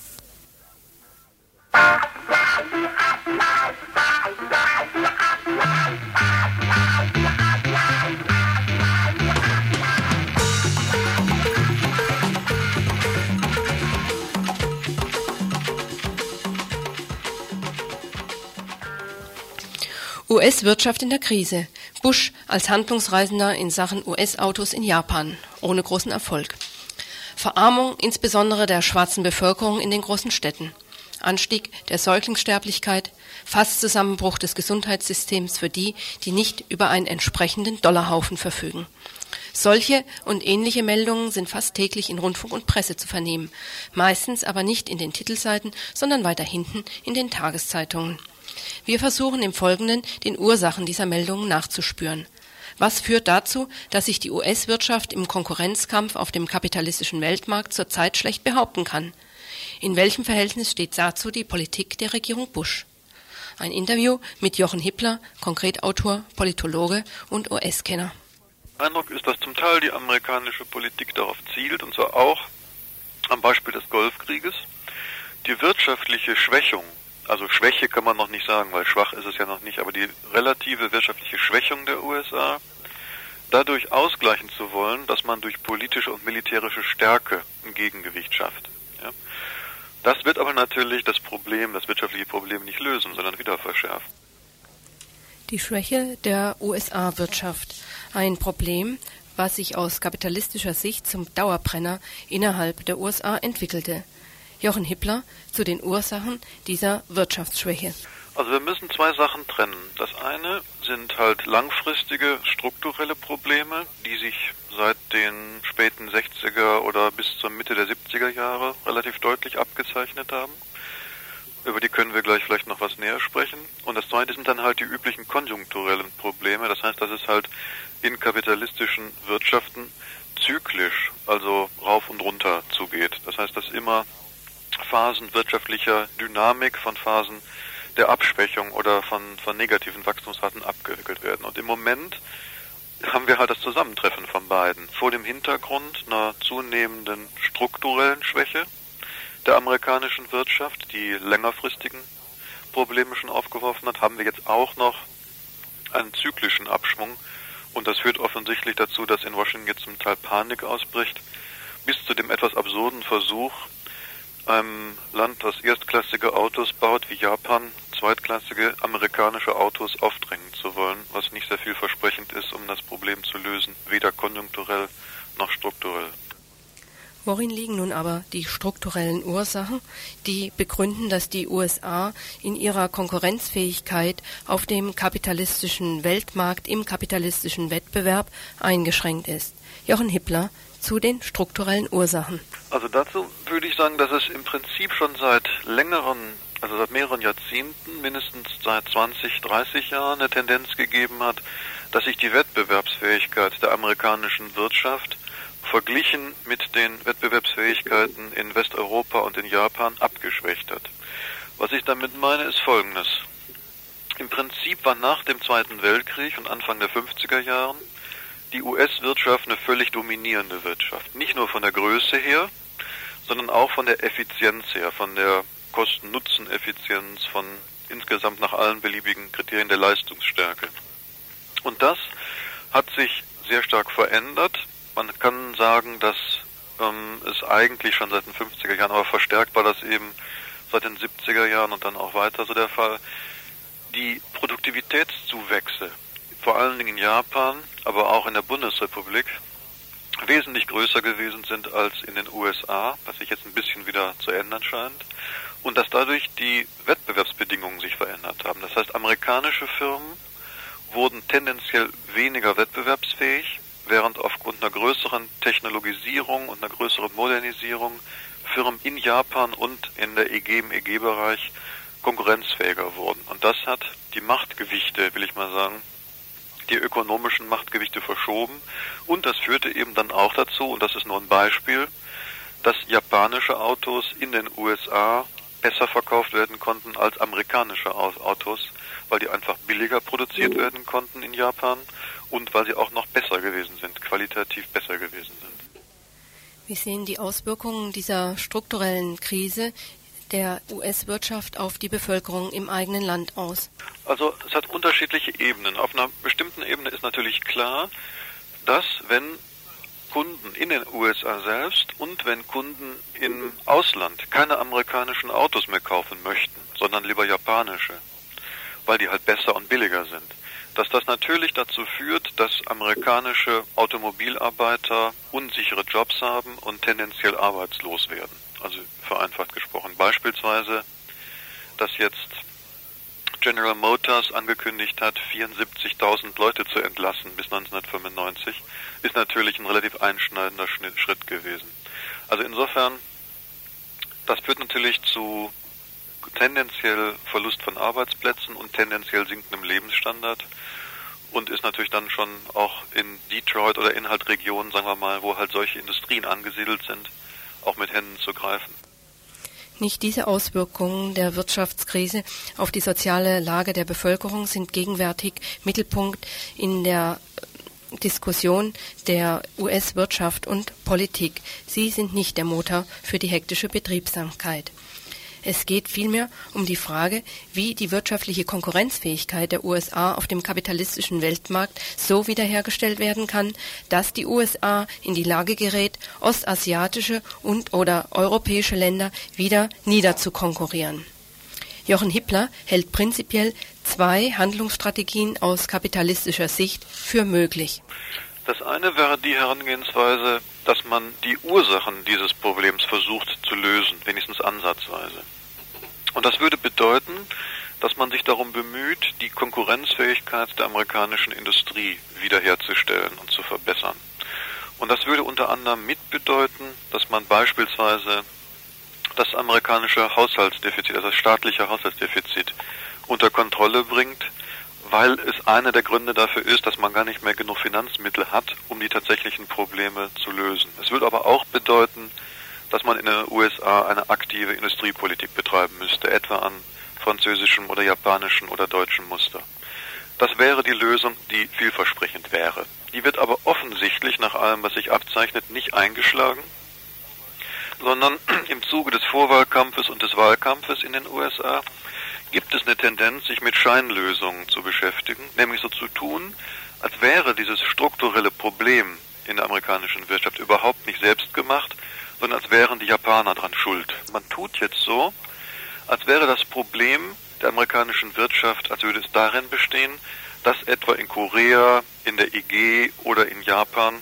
U S-Wirtschaft in der Krise. Bush als Handlungsreisender in Sachen U S-Autos in Japan. Ohne großen Erfolg. Verarmung insbesondere der schwarzen Bevölkerung in den großen Städten. Anstieg der Säuglingssterblichkeit. Fast Zusammenbruch des Gesundheitssystems für die, die nicht über einen entsprechenden Dollarhaufen verfügen. Solche und ähnliche Meldungen sind fast täglich in Rundfunk und Presse zu vernehmen. Meistens aber nicht in den Titelseiten, sondern weiter hinten in den Tageszeitungen. Wir versuchen im Folgenden, den Ursachen dieser Meldungen nachzuspüren. Was führt dazu, dass sich die U S-Wirtschaft im Konkurrenzkampf auf dem kapitalistischen Weltmarkt zurzeit schlecht behaupten kann? In welchem Verhältnis steht dazu die Politik der Regierung Bush? Ein Interview mit Jochen Hippler, Konkretautor, Politologe und U S-Kenner.
Mein Eindruck ist, dass zum Teil die amerikanische Politik darauf zielt, und zwar auch am Beispiel des Golfkrieges, die wirtschaftliche Schwächung, also Schwäche kann man noch nicht sagen, weil schwach ist es ja noch nicht, aber die relative wirtschaftliche Schwächung der U S A dadurch ausgleichen zu wollen, dass man durch politische und militärische Stärke ein Gegengewicht schafft. Ja? Das wird aber natürlich das Problem, das wirtschaftliche Problem nicht lösen, sondern wieder verschärfen.
Die Schwäche der U S A-Wirtschaft. Ein Problem, was sich aus kapitalistischer Sicht zum Dauerbrenner innerhalb der U S A entwickelte. Jochen Hippler zu den Ursachen dieser Wirtschaftsschwäche.
Also wir müssen zwei Sachen trennen. Das eine sind halt langfristige strukturelle Probleme, die sich seit den späten sechziger oder bis zur Mitte der siebziger Jahre relativ deutlich abgezeichnet haben. Über die können wir gleich vielleicht noch was näher sprechen. Und das zweite sind dann halt die üblichen konjunkturellen Probleme. Das heißt, dass es halt in kapitalistischen Wirtschaften zyklisch, also rauf und runter zugeht. Das heißt, dass immer Phasen wirtschaftlicher Dynamik von Phasen der Abschwächung oder von, von negativen Wachstumsraten abgewickelt werden. Und im Moment haben wir halt das Zusammentreffen von beiden. Vor dem Hintergrund einer zunehmenden strukturellen Schwäche der amerikanischen Wirtschaft, die längerfristigen Probleme schon aufgeworfen hat, haben wir jetzt auch noch einen zyklischen Abschwung. Und das führt offensichtlich dazu, dass in Washington jetzt zum Teil Panik ausbricht, bis zu dem etwas absurden Versuch, einem Land, das erstklassige Autos baut wie Japan, zweitklassige amerikanische Autos aufdrängen zu wollen, was nicht sehr vielversprechend ist, um das Problem zu lösen, weder konjunkturell noch strukturell.
Worin liegen nun aber die strukturellen Ursachen, die begründen, dass die U S A in ihrer Konkurrenzfähigkeit auf dem kapitalistischen Weltmarkt im kapitalistischen Wettbewerb eingeschränkt ist? Jochen Hippler zu den strukturellen Ursachen.
Also dazu würde ich sagen, dass es im Prinzip schon seit längeren, also seit mehreren Jahrzehnten, mindestens seit zwanzig, dreißig Jahren eine Tendenz gegeben hat, dass sich die Wettbewerbsfähigkeit der amerikanischen Wirtschaft verglichen mit den Wettbewerbsfähigkeiten in Westeuropa und in Japan abgeschwächt hat. Was ich damit meine, ist Folgendes. Im Prinzip war nach dem Zweiten Weltkrieg und Anfang der fünfziger Jahren die U S-Wirtschaft eine völlig dominierende Wirtschaft. Nicht nur von der Größe her, sondern auch von der Effizienz her, von der Kosten-Nutzen-Effizienz, von insgesamt nach allen beliebigen Kriterien der Leistungsstärke. Und das hat sich sehr stark verändert. Man kann sagen, dass ähm, es eigentlich schon seit den fünfziger Jahren, aber verstärkt war das eben seit den siebziger Jahren und dann auch weiter so der Fall, die Produktivitätszuwächse, vor allen Dingen in Japan, aber auch in der Bundesrepublik, wesentlich größer gewesen sind als in den U S A, was sich jetzt ein bisschen wieder zu ändern scheint, und dass dadurch die Wettbewerbsbedingungen sich verändert haben. Das heißt, amerikanische Firmen wurden tendenziell weniger wettbewerbsfähig, während aufgrund einer größeren Technologisierung und einer größeren Modernisierung Firmen in Japan und in der E G, im E G-Bereich konkurrenzfähiger wurden. Und das hat die Machtgewichte, will ich mal sagen, die ökonomischen Machtgewichte verschoben. Und das führte eben dann auch dazu, und das ist nur ein Beispiel, dass japanische Autos in den U S A besser verkauft werden konnten als amerikanische Autos, weil die einfach billiger produziert werden konnten in Japan und weil sie auch noch besser gewesen sind, qualitativ besser gewesen sind.
Wie sehen die Auswirkungen dieser strukturellen Krise der U S-Wirtschaft auf die Bevölkerung im eigenen Land aus?
Also es hat unterschiedliche Ebenen. Auf einer bestimmten Ebene ist natürlich klar, dass wenn Kunden in den U S A selbst und wenn Kunden im Ausland keine amerikanischen Autos mehr kaufen möchten, sondern lieber japanische, weil die halt besser und billiger sind, dass das natürlich dazu führt, dass amerikanische Automobilarbeiter unsichere Jobs haben und tendenziell arbeitslos werden. Also vereinfacht gesprochen. Beispielsweise, dass jetzt General Motors angekündigt hat, vierundsiebzigtausend Leute zu entlassen bis neunzehnhundertfünfundneunzig, ist natürlich ein relativ einschneidender Schritt gewesen. Also insofern, das führt natürlich zu tendenziell Verlust von Arbeitsplätzen und tendenziell sinkendem Lebensstandard und ist natürlich dann schon auch in Detroit oder in halt Regionen, sagen wir mal, wo halt solche Industrien angesiedelt sind, auch mit Händen zu greifen.
Nicht diese Auswirkungen der Wirtschaftskrise auf die soziale Lage der Bevölkerung sind gegenwärtig Mittelpunkt in der Diskussion der U S-Wirtschaft und Politik. Sie sind nicht der Motor für die hektische Betriebsamkeit. Es geht vielmehr um die Frage, wie die wirtschaftliche Konkurrenzfähigkeit der U S A auf dem kapitalistischen Weltmarkt so wiederhergestellt werden kann, dass die U S A in die Lage gerät, ostasiatische und oder europäische Länder wieder niederzukonkurrieren. Jochen Hippler hält prinzipiell zwei Handlungsstrategien aus kapitalistischer Sicht für möglich.
Das eine wäre die Herangehensweise, dass man die Ursachen dieses Problems versucht zu lösen, wenigstens ansatzweise. Und das würde bedeuten, dass man sich darum bemüht, die Konkurrenzfähigkeit der amerikanischen Industrie wiederherzustellen und zu verbessern. Und das würde unter anderem mitbedeuten, dass man beispielsweise das amerikanische Haushaltsdefizit, also das staatliche Haushaltsdefizit, unter Kontrolle bringt, weil es einer der Gründe dafür ist, dass man gar nicht mehr genug Finanzmittel hat, um die tatsächlichen Probleme zu lösen. Es würde aber auch bedeuten, dass man in den U S A eine aktive Industriepolitik betreiben müsste, etwa an französischem oder japanischem oder deutschem Muster. Das wäre die Lösung, die vielversprechend wäre. Die wird aber offensichtlich, nach allem, was sich abzeichnet, nicht eingeschlagen, sondern im Zuge des Vorwahlkampfes und des Wahlkampfes in den U S A gibt es eine Tendenz, sich mit Scheinlösungen zu beschäftigen, nämlich so zu tun, als wäre dieses strukturelle Problem in der amerikanischen Wirtschaft überhaupt nicht selbst gemacht, sondern als wären die Japaner dran schuld. Man tut jetzt so, als wäre das Problem der amerikanischen Wirtschaft, als würde es darin bestehen, dass etwa in Korea, in der E G oder in Japan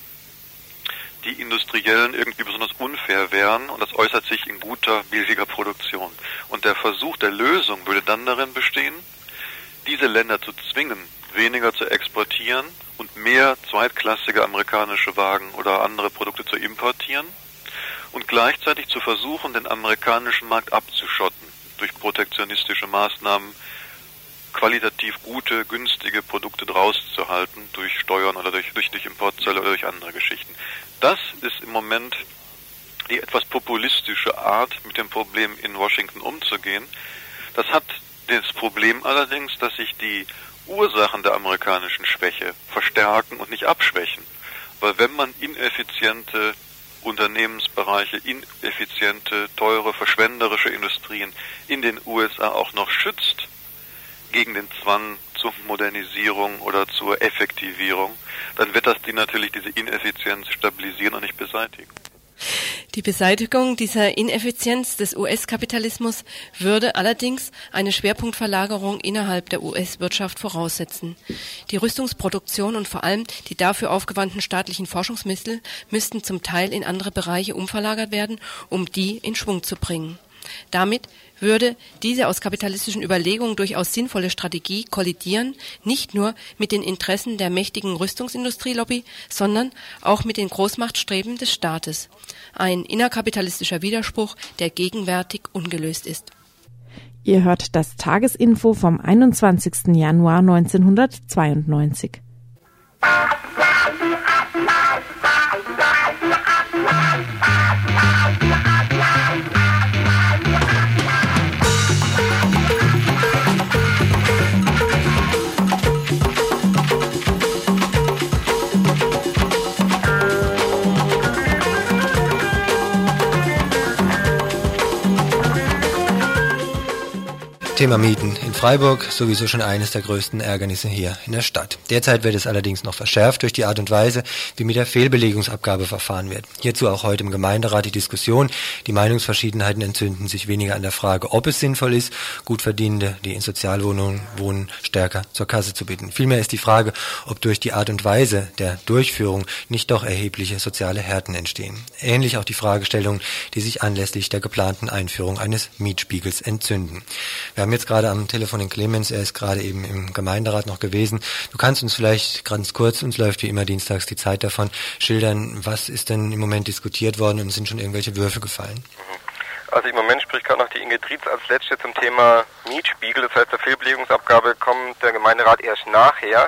die Industriellen irgendwie besonders unfair wären, und das äußert sich in guter, billiger Produktion. Und der Versuch der Lösung würde dann darin bestehen, diese Länder zu zwingen, weniger zu exportieren und mehr zweitklassige amerikanische Wagen oder andere Produkte zu importieren und gleichzeitig zu versuchen, den amerikanischen Markt abzuschotten durch protektionistische Maßnahmen, qualitativ gute, günstige Produkte draus zu halten, durch Steuern oder durch, durch, durch Importzölle oder durch andere Geschichten. Das ist im Moment die etwas populistische Art, mit dem Problem in Washington umzugehen. Das hat das Problem allerdings, dass sich die Ursachen der amerikanischen Schwäche verstärken und nicht abschwächen. Weil wenn man ineffiziente Unternehmensbereiche, ineffiziente, teure, verschwenderische Industrien in den U S A auch noch schützt, gegen den Zwang zur Modernisierung oder zur Effektivierung, dann wird das die natürlich diese Ineffizienz stabilisieren und nicht beseitigen.
Die Beseitigung dieser Ineffizienz des U S-Kapitalismus würde allerdings eine Schwerpunktverlagerung innerhalb der U S-Wirtschaft voraussetzen. Die Rüstungsproduktion und vor allem die dafür aufgewandten staatlichen Forschungsmittel müssten zum Teil in andere Bereiche umverlagert werden, um die in Schwung zu bringen. Damit würde diese aus kapitalistischen Überlegungen durchaus sinnvolle Strategie kollidieren, nicht nur mit den Interessen der mächtigen Rüstungsindustrielobby, sondern auch mit den Großmachtstreben des Staates. Ein innerkapitalistischer Widerspruch, der gegenwärtig ungelöst ist.
Ihr hört das Tagesinfo vom einundzwanzigsten Januar neunzehnhundertzweiundneunzig.
Thema Mieten in Freiburg, sowieso schon eines der größten Ärgernisse hier in der Stadt. Derzeit wird es allerdings noch verschärft durch die Art und Weise, wie mit der Fehlbelegungsabgabe verfahren wird. Hierzu auch heute im Gemeinderat die Diskussion. Die Meinungsverschiedenheiten entzünden sich weniger an der Frage, ob es sinnvoll ist, Gutverdienende, die in Sozialwohnungen wohnen, stärker zur Kasse zu bitten. Vielmehr ist die Frage, ob durch die Art und Weise der Durchführung nicht doch erhebliche soziale Härten entstehen. Ähnlich auch die Fragestellungen, die sich anlässlich der geplanten Einführung eines Mietspiegels entzünden. Wir haben jetzt gerade am Telefon den Clemens, er ist gerade eben im Gemeinderat noch gewesen. Du kannst uns vielleicht ganz kurz, uns läuft wie immer dienstags die Zeit davon, schildern, was ist denn im Moment diskutiert worden und sind schon irgendwelche Würfe gefallen?
Also im Moment spricht gerade noch die Inge Trietz als Letzte zum Thema Mietspiegel, das heißt der Fehlbelegungsabgabe kommt der Gemeinderat erst nachher.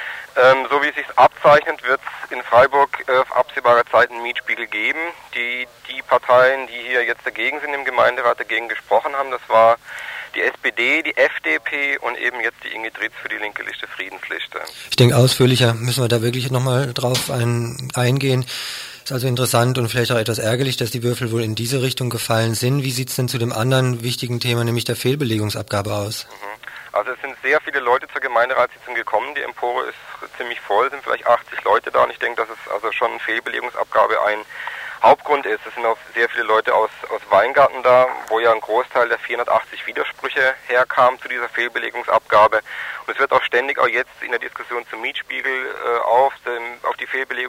Ähm, so wie es sich abzeichnet, wird es in Freiburg äh, auf absehbare Zeit einen Mietspiegel geben. Die, die Parteien, die hier jetzt dagegen sind im Gemeinderat, dagegen gesprochen haben, das war die S P D, die F D P und eben jetzt die Inge Trietz für die linke Liste, Friedensliste.
Ich denke, ausführlicher müssen wir da wirklich nochmal drauf ein, eingehen. Ist also interessant und vielleicht auch etwas ärgerlich, dass die Würfel wohl in diese Richtung gefallen sind. Wie sieht es denn zu dem anderen wichtigen Thema, nämlich der Fehlbelegungsabgabe aus?
Mhm. Also es sind sehr viele Leute zur Gemeinderatssitzung gekommen. Die Empore ist ziemlich voll, sind vielleicht achtzig Leute da und ich denke, dass es also schon eine Fehlbelegungsabgabe ein Hauptgrund ist. Es sind auch sehr viele Leute aus, aus Weingarten da, wo ja ein Großteil der vierhundertachtzig Widersprüche herkam zu dieser Fehlbelegungsabgabe. Und es wird auch ständig auch jetzt in der Diskussion zum Mietspiegel äh, auf, dem, auf die Fehlbelegungsabgabe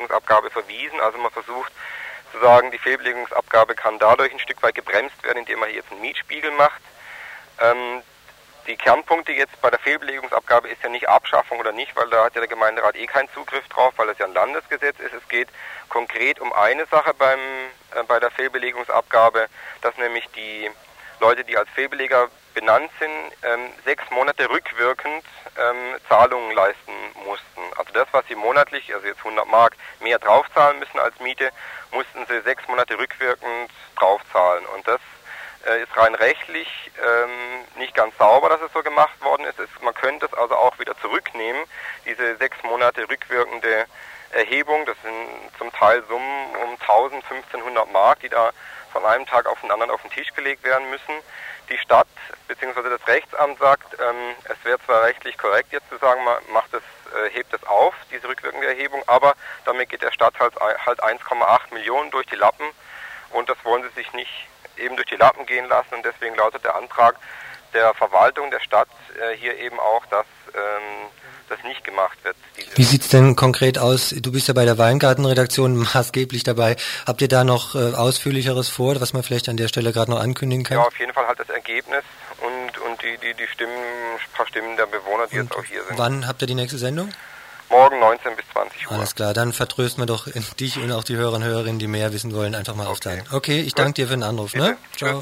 Fehlbelegungsabgabe verwiesen. Also man versucht zu sagen, die Fehlbelegungsabgabe kann dadurch ein Stück weit gebremst werden, indem man hier jetzt einen Mietspiegel macht. Ähm, die Kernpunkte jetzt bei der Fehlbelegungsabgabe ist ja nicht Abschaffung oder nicht, weil da hat ja der Gemeinderat eh keinen Zugriff drauf, weil das ja ein Landesgesetz ist. Es geht konkret um eine Sache beim, äh, bei der Fehlbelegungsabgabe, dass nämlich die Leute, die als Fehlbeleger benannt sind, ähm, sechs Monate rückwirkend ähm, Zahlungen leisten mussten. Also das, was sie monatlich, also jetzt hundert Mark, mehr draufzahlen müssen als Miete, mussten sie sechs Monate rückwirkend draufzahlen. Und das äh, ist rein rechtlich ähm, nicht ganz sauber, dass es so gemacht worden ist. Es, man könnte es also auch wieder zurücknehmen, diese sechs Monate rückwirkende Erhebung. Das sind zum Teil Summen um tausend, fünfzehnhundert Mark, die da von einem Tag auf den anderen auf den Tisch gelegt werden müssen. Die Stadt bzw. das Rechtsamt sagt, ähm, es wäre zwar rechtlich korrekt jetzt zu sagen, man macht es, äh, hebt es auf, diese rückwirkende Erhebung, aber damit geht der Stadt halt, halt eins Komma acht Millionen durch die Lappen und das wollen sie sich nicht eben durch die Lappen gehen lassen und deswegen lautet der Antrag der Verwaltung der Stadt äh, hier eben auch, dass ähm, das nicht gemacht wird.
Wie sieht's denn konkret aus? Du bist ja bei der Weingartenredaktion maßgeblich dabei. Habt ihr da noch äh, Ausführlicheres vor, was man vielleicht an der Stelle gerade noch ankündigen kann?
Ja, auf jeden Fall halt das Ergebnis und, und die, die, die Stimmen, ein paar Stimmen der Bewohner, die und jetzt auch hier sind.
Wann habt ihr die nächste Sendung?
Morgen neunzehn bis zwanzig Uhr.
Alles klar, dann vertrösten wir doch dich und auch die Hörer und Hörerinnen, die mehr wissen wollen, einfach mal okay. aufteilen. Okay, ich danke dir für den Anruf. Ne? Ciao.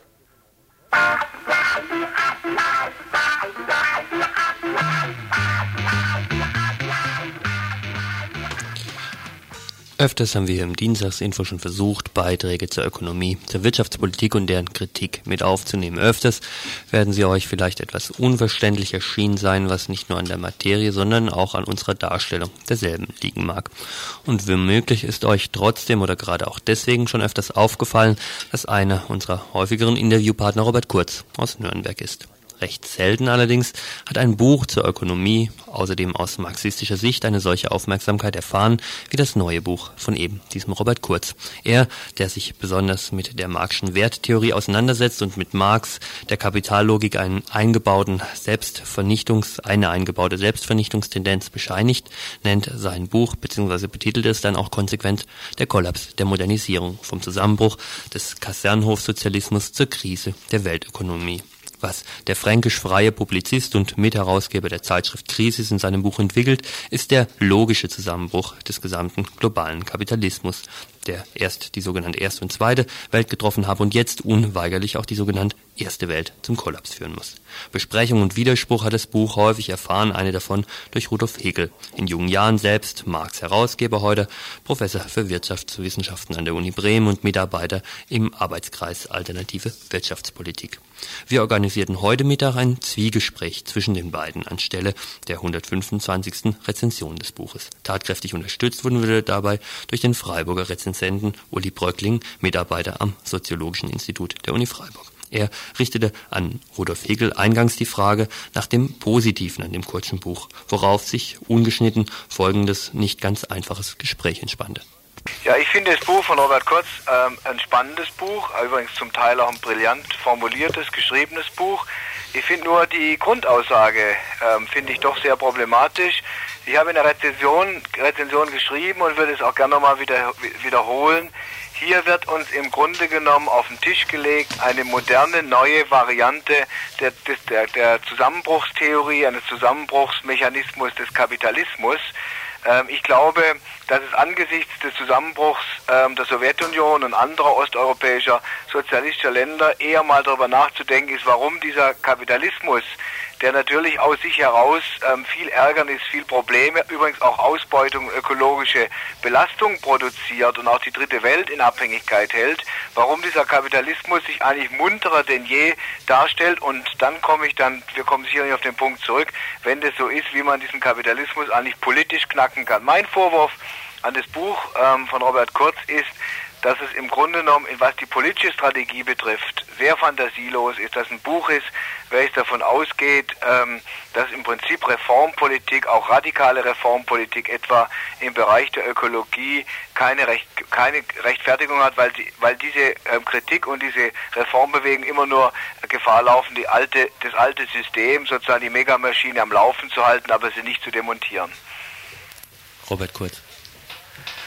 Öfters haben wir hier im Dienstagsinfo schon versucht, Beiträge zur Ökonomie, zur Wirtschaftspolitik und deren Kritik mit aufzunehmen. Öfters werden sie euch vielleicht etwas unverständlich erschienen sein, was nicht nur an der Materie, sondern auch an unserer Darstellung derselben liegen mag. Und womöglich ist euch trotzdem oder gerade auch deswegen schon öfters aufgefallen, dass einer unserer häufigeren Interviewpartner Robert Kurz aus Nürnberg ist. Recht selten allerdings hat ein Buch zur Ökonomie, außerdem aus marxistischer Sicht, eine solche Aufmerksamkeit erfahren wie das neue Buch von eben diesem Robert Kurz. Er, der sich besonders mit der Marxischen Werttheorie auseinandersetzt und mit Marx, der Kapitallogik, einen eingebauten Selbstvernichtungs, eine eingebaute Selbstvernichtungstendenz bescheinigt, nennt sein Buch bzw. betitelt es dann auch konsequent der Kollaps der Modernisierung, vom Zusammenbruch des Kasernhofsozialismus zur Krise der Weltökonomie. Was der fränkisch-freie Publizist und Mitherausgeber der Zeitschrift Krisis in seinem Buch entwickelt, ist der logische Zusammenbruch des gesamten globalen Kapitalismus, der erst die sogenannte erste und zweite Welt getroffen habe und jetzt unweigerlich auch die sogenannte erste Welt zum Kollaps führen muss. Besprechung und Widerspruch hat das Buch häufig erfahren, eine davon durch Rudolf Hegel. In jungen Jahren selbst Marx Herausgeber, heute Professor für Wirtschaftswissenschaften an der Uni Bremen und Mitarbeiter im Arbeitskreis Alternative Wirtschaftspolitik. Wir organisierten heute Mittag ein Zwiegespräch zwischen den beiden anstelle der hundertfünfundzwanzigsten Rezension des Buches. Tatkräftig unterstützt wurden wir dabei durch den Freiburger Rezensenten Uli Bröckling, Mitarbeiter am Soziologischen Institut der Uni Freiburg. Er richtete an Rudolf Hegel eingangs die Frage nach dem Positiven an dem Kurzschen Buch, worauf sich ungeschnitten folgendes nicht ganz einfaches Gespräch entspannte.
Ja, ich finde das Buch von Robert Kurz ähm, ein spannendes Buch, übrigens zum Teil auch ein brillant formuliertes, geschriebenes Buch. Ich finde nur die Grundaussage, ähm, finde ich doch sehr problematisch. Ich habe in der Rezension, Rezension geschrieben und würde es auch gerne nochmal wieder, wiederholen. Hier wird uns im Grunde genommen auf den Tisch gelegt eine moderne, neue Variante der, der, der Zusammenbruchstheorie, eines Zusammenbruchsmechanismus des Kapitalismus. Ähm, ich glaube, dass es angesichts des Zusammenbruchs ähm, der Sowjetunion und anderer osteuropäischer sozialistischer Länder eher mal darüber nachzudenken ist, warum dieser Kapitalismus, der natürlich aus sich heraus ähm, viel Ärgernis, viel Probleme, übrigens auch Ausbeutung, ökologische Belastung produziert und auch die dritte Welt in Abhängigkeit hält, warum dieser Kapitalismus sich eigentlich munterer denn je darstellt. Und dann komme ich dann, wir kommen sicher nicht auf den Punkt zurück, wenn das so ist, wie man diesen Kapitalismus eigentlich politisch knacken kann. Mein Vorwurf an das Buch ähm, von Robert Kurz ist, dass es im Grunde genommen, was die politische Strategie betrifft, sehr fantasielos ist, dass ein Buch ist, welches davon ausgeht, ähm, dass im Prinzip Reformpolitik, auch radikale Reformpolitik, etwa im Bereich der Ökologie, keine, Recht, keine Rechtfertigung hat, weil, die, weil diese ähm, Kritik und diese Reformbewegung immer nur Gefahr laufen, die alte, das alte System, sozusagen die Megamaschine am Laufen zu halten, aber sie nicht zu demontieren.
Robert Kurz.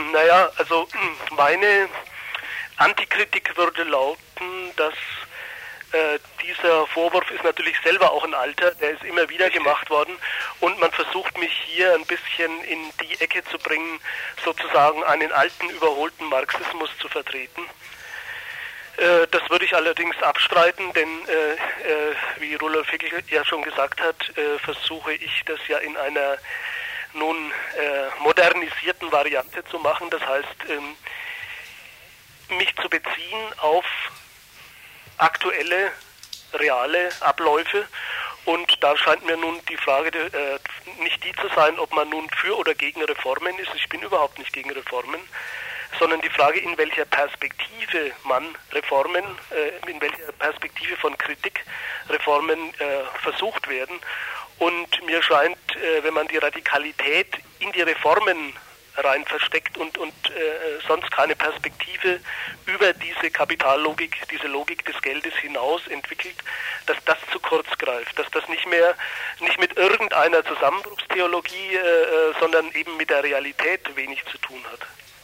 Naja, also meine Antikritik würde lauten, dass äh, dieser Vorwurf ist natürlich selber auch ein alter, der ist immer wieder gemacht worden und man versucht mich hier ein bisschen in die Ecke zu bringen, sozusagen einen alten, überholten Marxismus zu vertreten. Äh, das würde ich allerdings abstreiten, denn äh, äh, wie Rudolf Hickel ja schon gesagt hat, äh, versuche ich das ja in einer nun äh, modernisierten Variante zu machen, das heißt, ähm, mich zu beziehen auf aktuelle, reale Abläufe und da scheint mir nun die Frage äh, nicht die zu sein, ob man nun für oder gegen Reformen ist, ich bin überhaupt nicht gegen Reformen, sondern die Frage, in welcher Perspektive man Reformen, äh, in welcher Perspektive von Kritik Reformen äh, versucht werden und mir scheint, äh, wenn man die Radikalität in die Reformen rein versteckt und, und äh, sonst keine Perspektive über diese Kapitallogik, diese Logik des Geldes hinaus entwickelt, dass das zu kurz greift, dass das nicht mehr, nicht mit irgendeiner Zusammenbruchstheologie, äh, sondern eben mit der Realität wenig zu tun hat.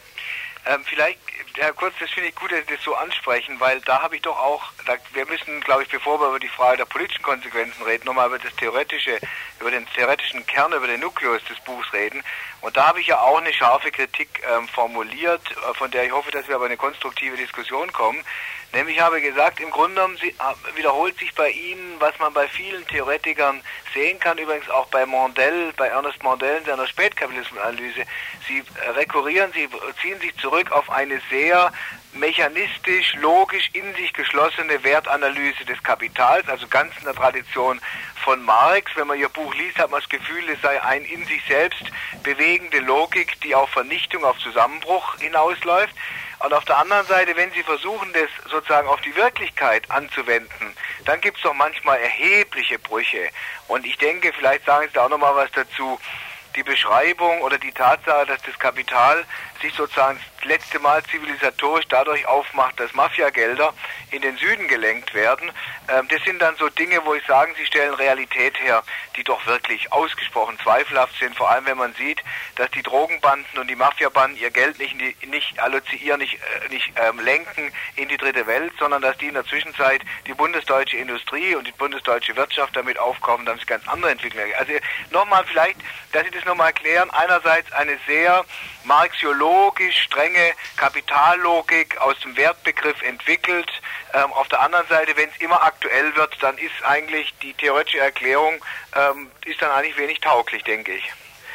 Ähm, vielleicht, Herr Kurz, das finde ich gut, dass Sie das so ansprechen, weil da habe ich doch auch, da, wir müssen, glaube ich, bevor wir über die Frage der politischen Konsequenzen reden, nochmal über das theoretische, über den theoretischen Kern, über den Nukleus des Buchs reden. Und da habe ich ja auch eine scharfe Kritik ähm, formuliert, äh, von der ich hoffe, dass wir aber in eine konstruktive Diskussion kommen. Nämlich habe gesagt, im Grunde genommen sie, äh, wiederholt sich bei Ihnen, was man bei vielen Theoretikern sehen kann, übrigens auch bei Mondel, bei Ernest Mondel in seiner Spätkapitalismusanalyse. Sie äh, rekurrieren, sie ziehen sich zurück auf eine sehr mechanistisch, logisch, in sich geschlossene Wertanalyse des Kapitals, also ganz in der Tradition von Marx. Wenn man Ihr Buch liest, hat man das Gefühl, es sei eine in sich selbst bewegende Logik, die auf Vernichtung, auf Zusammenbruch hinausläuft. Und auf der anderen Seite, wenn Sie versuchen, das sozusagen auf die Wirklichkeit anzuwenden, dann gibt es doch manchmal erhebliche Brüche. Und ich denke, vielleicht sagen Sie da auch nochmal was dazu, die Beschreibung oder die Tatsache, dass das Kapital sich sozusagen das letzte Mal zivilisatorisch dadurch aufmacht, dass Mafiagelder in den Süden gelenkt werden. Ähm, das sind dann so Dinge, wo ich sagen, sie stellen Realität her, die doch wirklich ausgesprochen zweifelhaft sind, vor allem wenn man sieht, dass die Drogenbanden und die Mafiabanden ihr Geld nicht, in die, nicht allozieren, nicht, äh, nicht ähm, lenken in die dritte Welt, sondern dass die in der Zwischenzeit die bundesdeutsche Industrie und die bundesdeutsche Wirtschaft damit aufkaufen, dann ist ganz andere Entwicklungen. Also nochmal vielleicht, dass Sie das nochmal erklären, einerseits eine sehr marxiologisch strenge Kapitallogik aus dem Wertbegriff entwickelt. Ähm, auf der anderen Seite, wenn es immer aktuell wird, dann ist eigentlich die theoretische Erklärung ähm, ist dann eigentlich wenig tauglich, denke ich.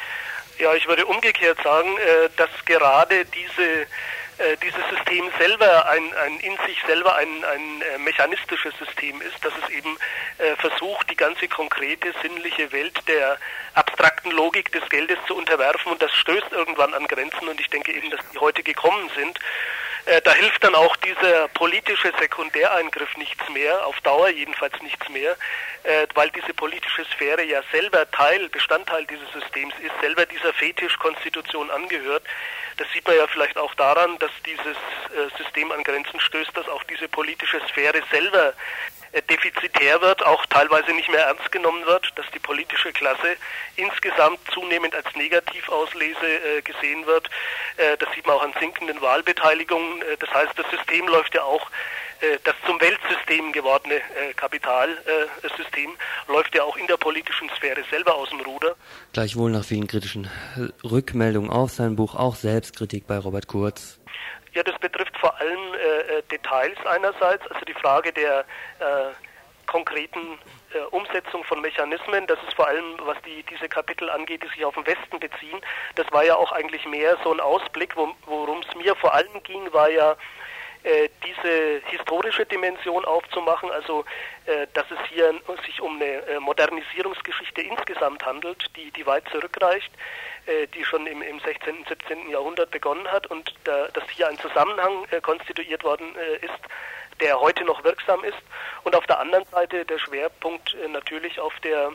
Ja, ich würde umgekehrt sagen, äh, dass gerade diese äh, dieses System selber ein, ein in sich selber ein, ein äh, mechanistisches System ist, dass es eben äh, versucht, die ganze konkrete sinnliche Welt der abstrakten Logik des Geldes zu unterwerfen und das stößt irgendwann an Grenzen und ich denke eben, dass die heute gekommen sind. Äh, da hilft dann auch dieser politische Sekundäreingriff nichts mehr, auf Dauer jedenfalls nichts mehr, äh, weil diese politische Sphäre ja selber Teil, Bestandteil dieses Systems ist, selber dieser Fetischkonstitution angehört. Das sieht man ja vielleicht auch daran, dass dieses äh, System an Grenzen stößt, dass auch diese politische Sphäre selber äh, defizitär wird, auch teilweise nicht mehr ernst genommen wird, dass die politische Klasse insgesamt zunehmend als Negativauslese äh, gesehen wird. Äh, das sieht man auch an sinkenden Wahlbeteiligungen. Äh, das heißt, das System läuft ja auch, äh, das zum Weltsystem gewordene äh, Kapitalsystem äh, läuft ja auch in der politischen Sphäre selber aus dem Ruder.
Gleichwohl nach vielen kritischen Rückmeldungen auf sein Buch auch Selbstkritik bei Robert Kurz.
Ja, das betrifft vor allem äh, Details einerseits, also die Frage der äh, konkreten äh, Umsetzung von Mechanismen. Das ist vor allem, was die diese Kapitel angeht, die sich auf den Westen beziehen. Das war ja auch eigentlich mehr so ein Ausblick, wo, worum es mir vor allem ging, war ja äh, diese historische Dimension aufzumachen, also äh, dass es hier sich um eine äh, Modernisierungsgeschichte insgesamt handelt, die, die weit zurückreicht, äh, die schon im, im sechzehnten, siebzehnten Jahrhundert begonnen hat und da, dass hier ein Zusammenhang äh, konstituiert worden äh, ist, der heute noch wirksam ist und auf der anderen Seite der Schwerpunkt äh, natürlich auf der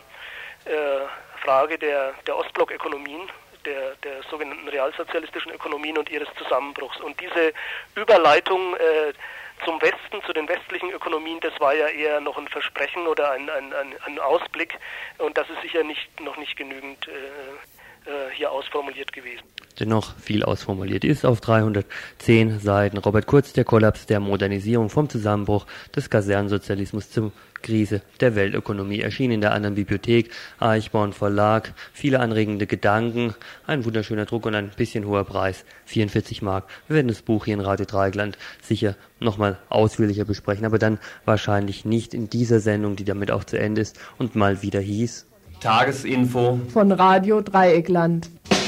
äh, Frage der, der Ostblock-Ökonomien, der, der sogenannten realsozialistischen Ökonomien und ihres Zusammenbruchs. Und diese Überleitung äh, zum Westen, zu den westlichen Ökonomien, das war ja eher noch ein Versprechen oder ein, ein, ein, ein Ausblick und das ist sicher nicht, noch nicht genügend äh, äh, hier ausformuliert gewesen.
Dennoch viel ausformuliert ist auf dreihundertzehn Seiten. Robert Kurz, der Kollaps der Modernisierung vom Zusammenbruch des Kasernensozialismus zur Krise der Weltökonomie, erschien in der anderen Bibliothek, Eichborn Verlag, viele anregende Gedanken, ein wunderschöner Druck und ein bisschen hoher Preis, vierundvierzig Mark. Wir werden das Buch hier in Radio Dreieckland sicher nochmal ausführlicher besprechen, aber dann wahrscheinlich nicht in dieser Sendung, die damit auch zu Ende ist und mal wieder hieß
Tagesinfo von Radio Dreieckland.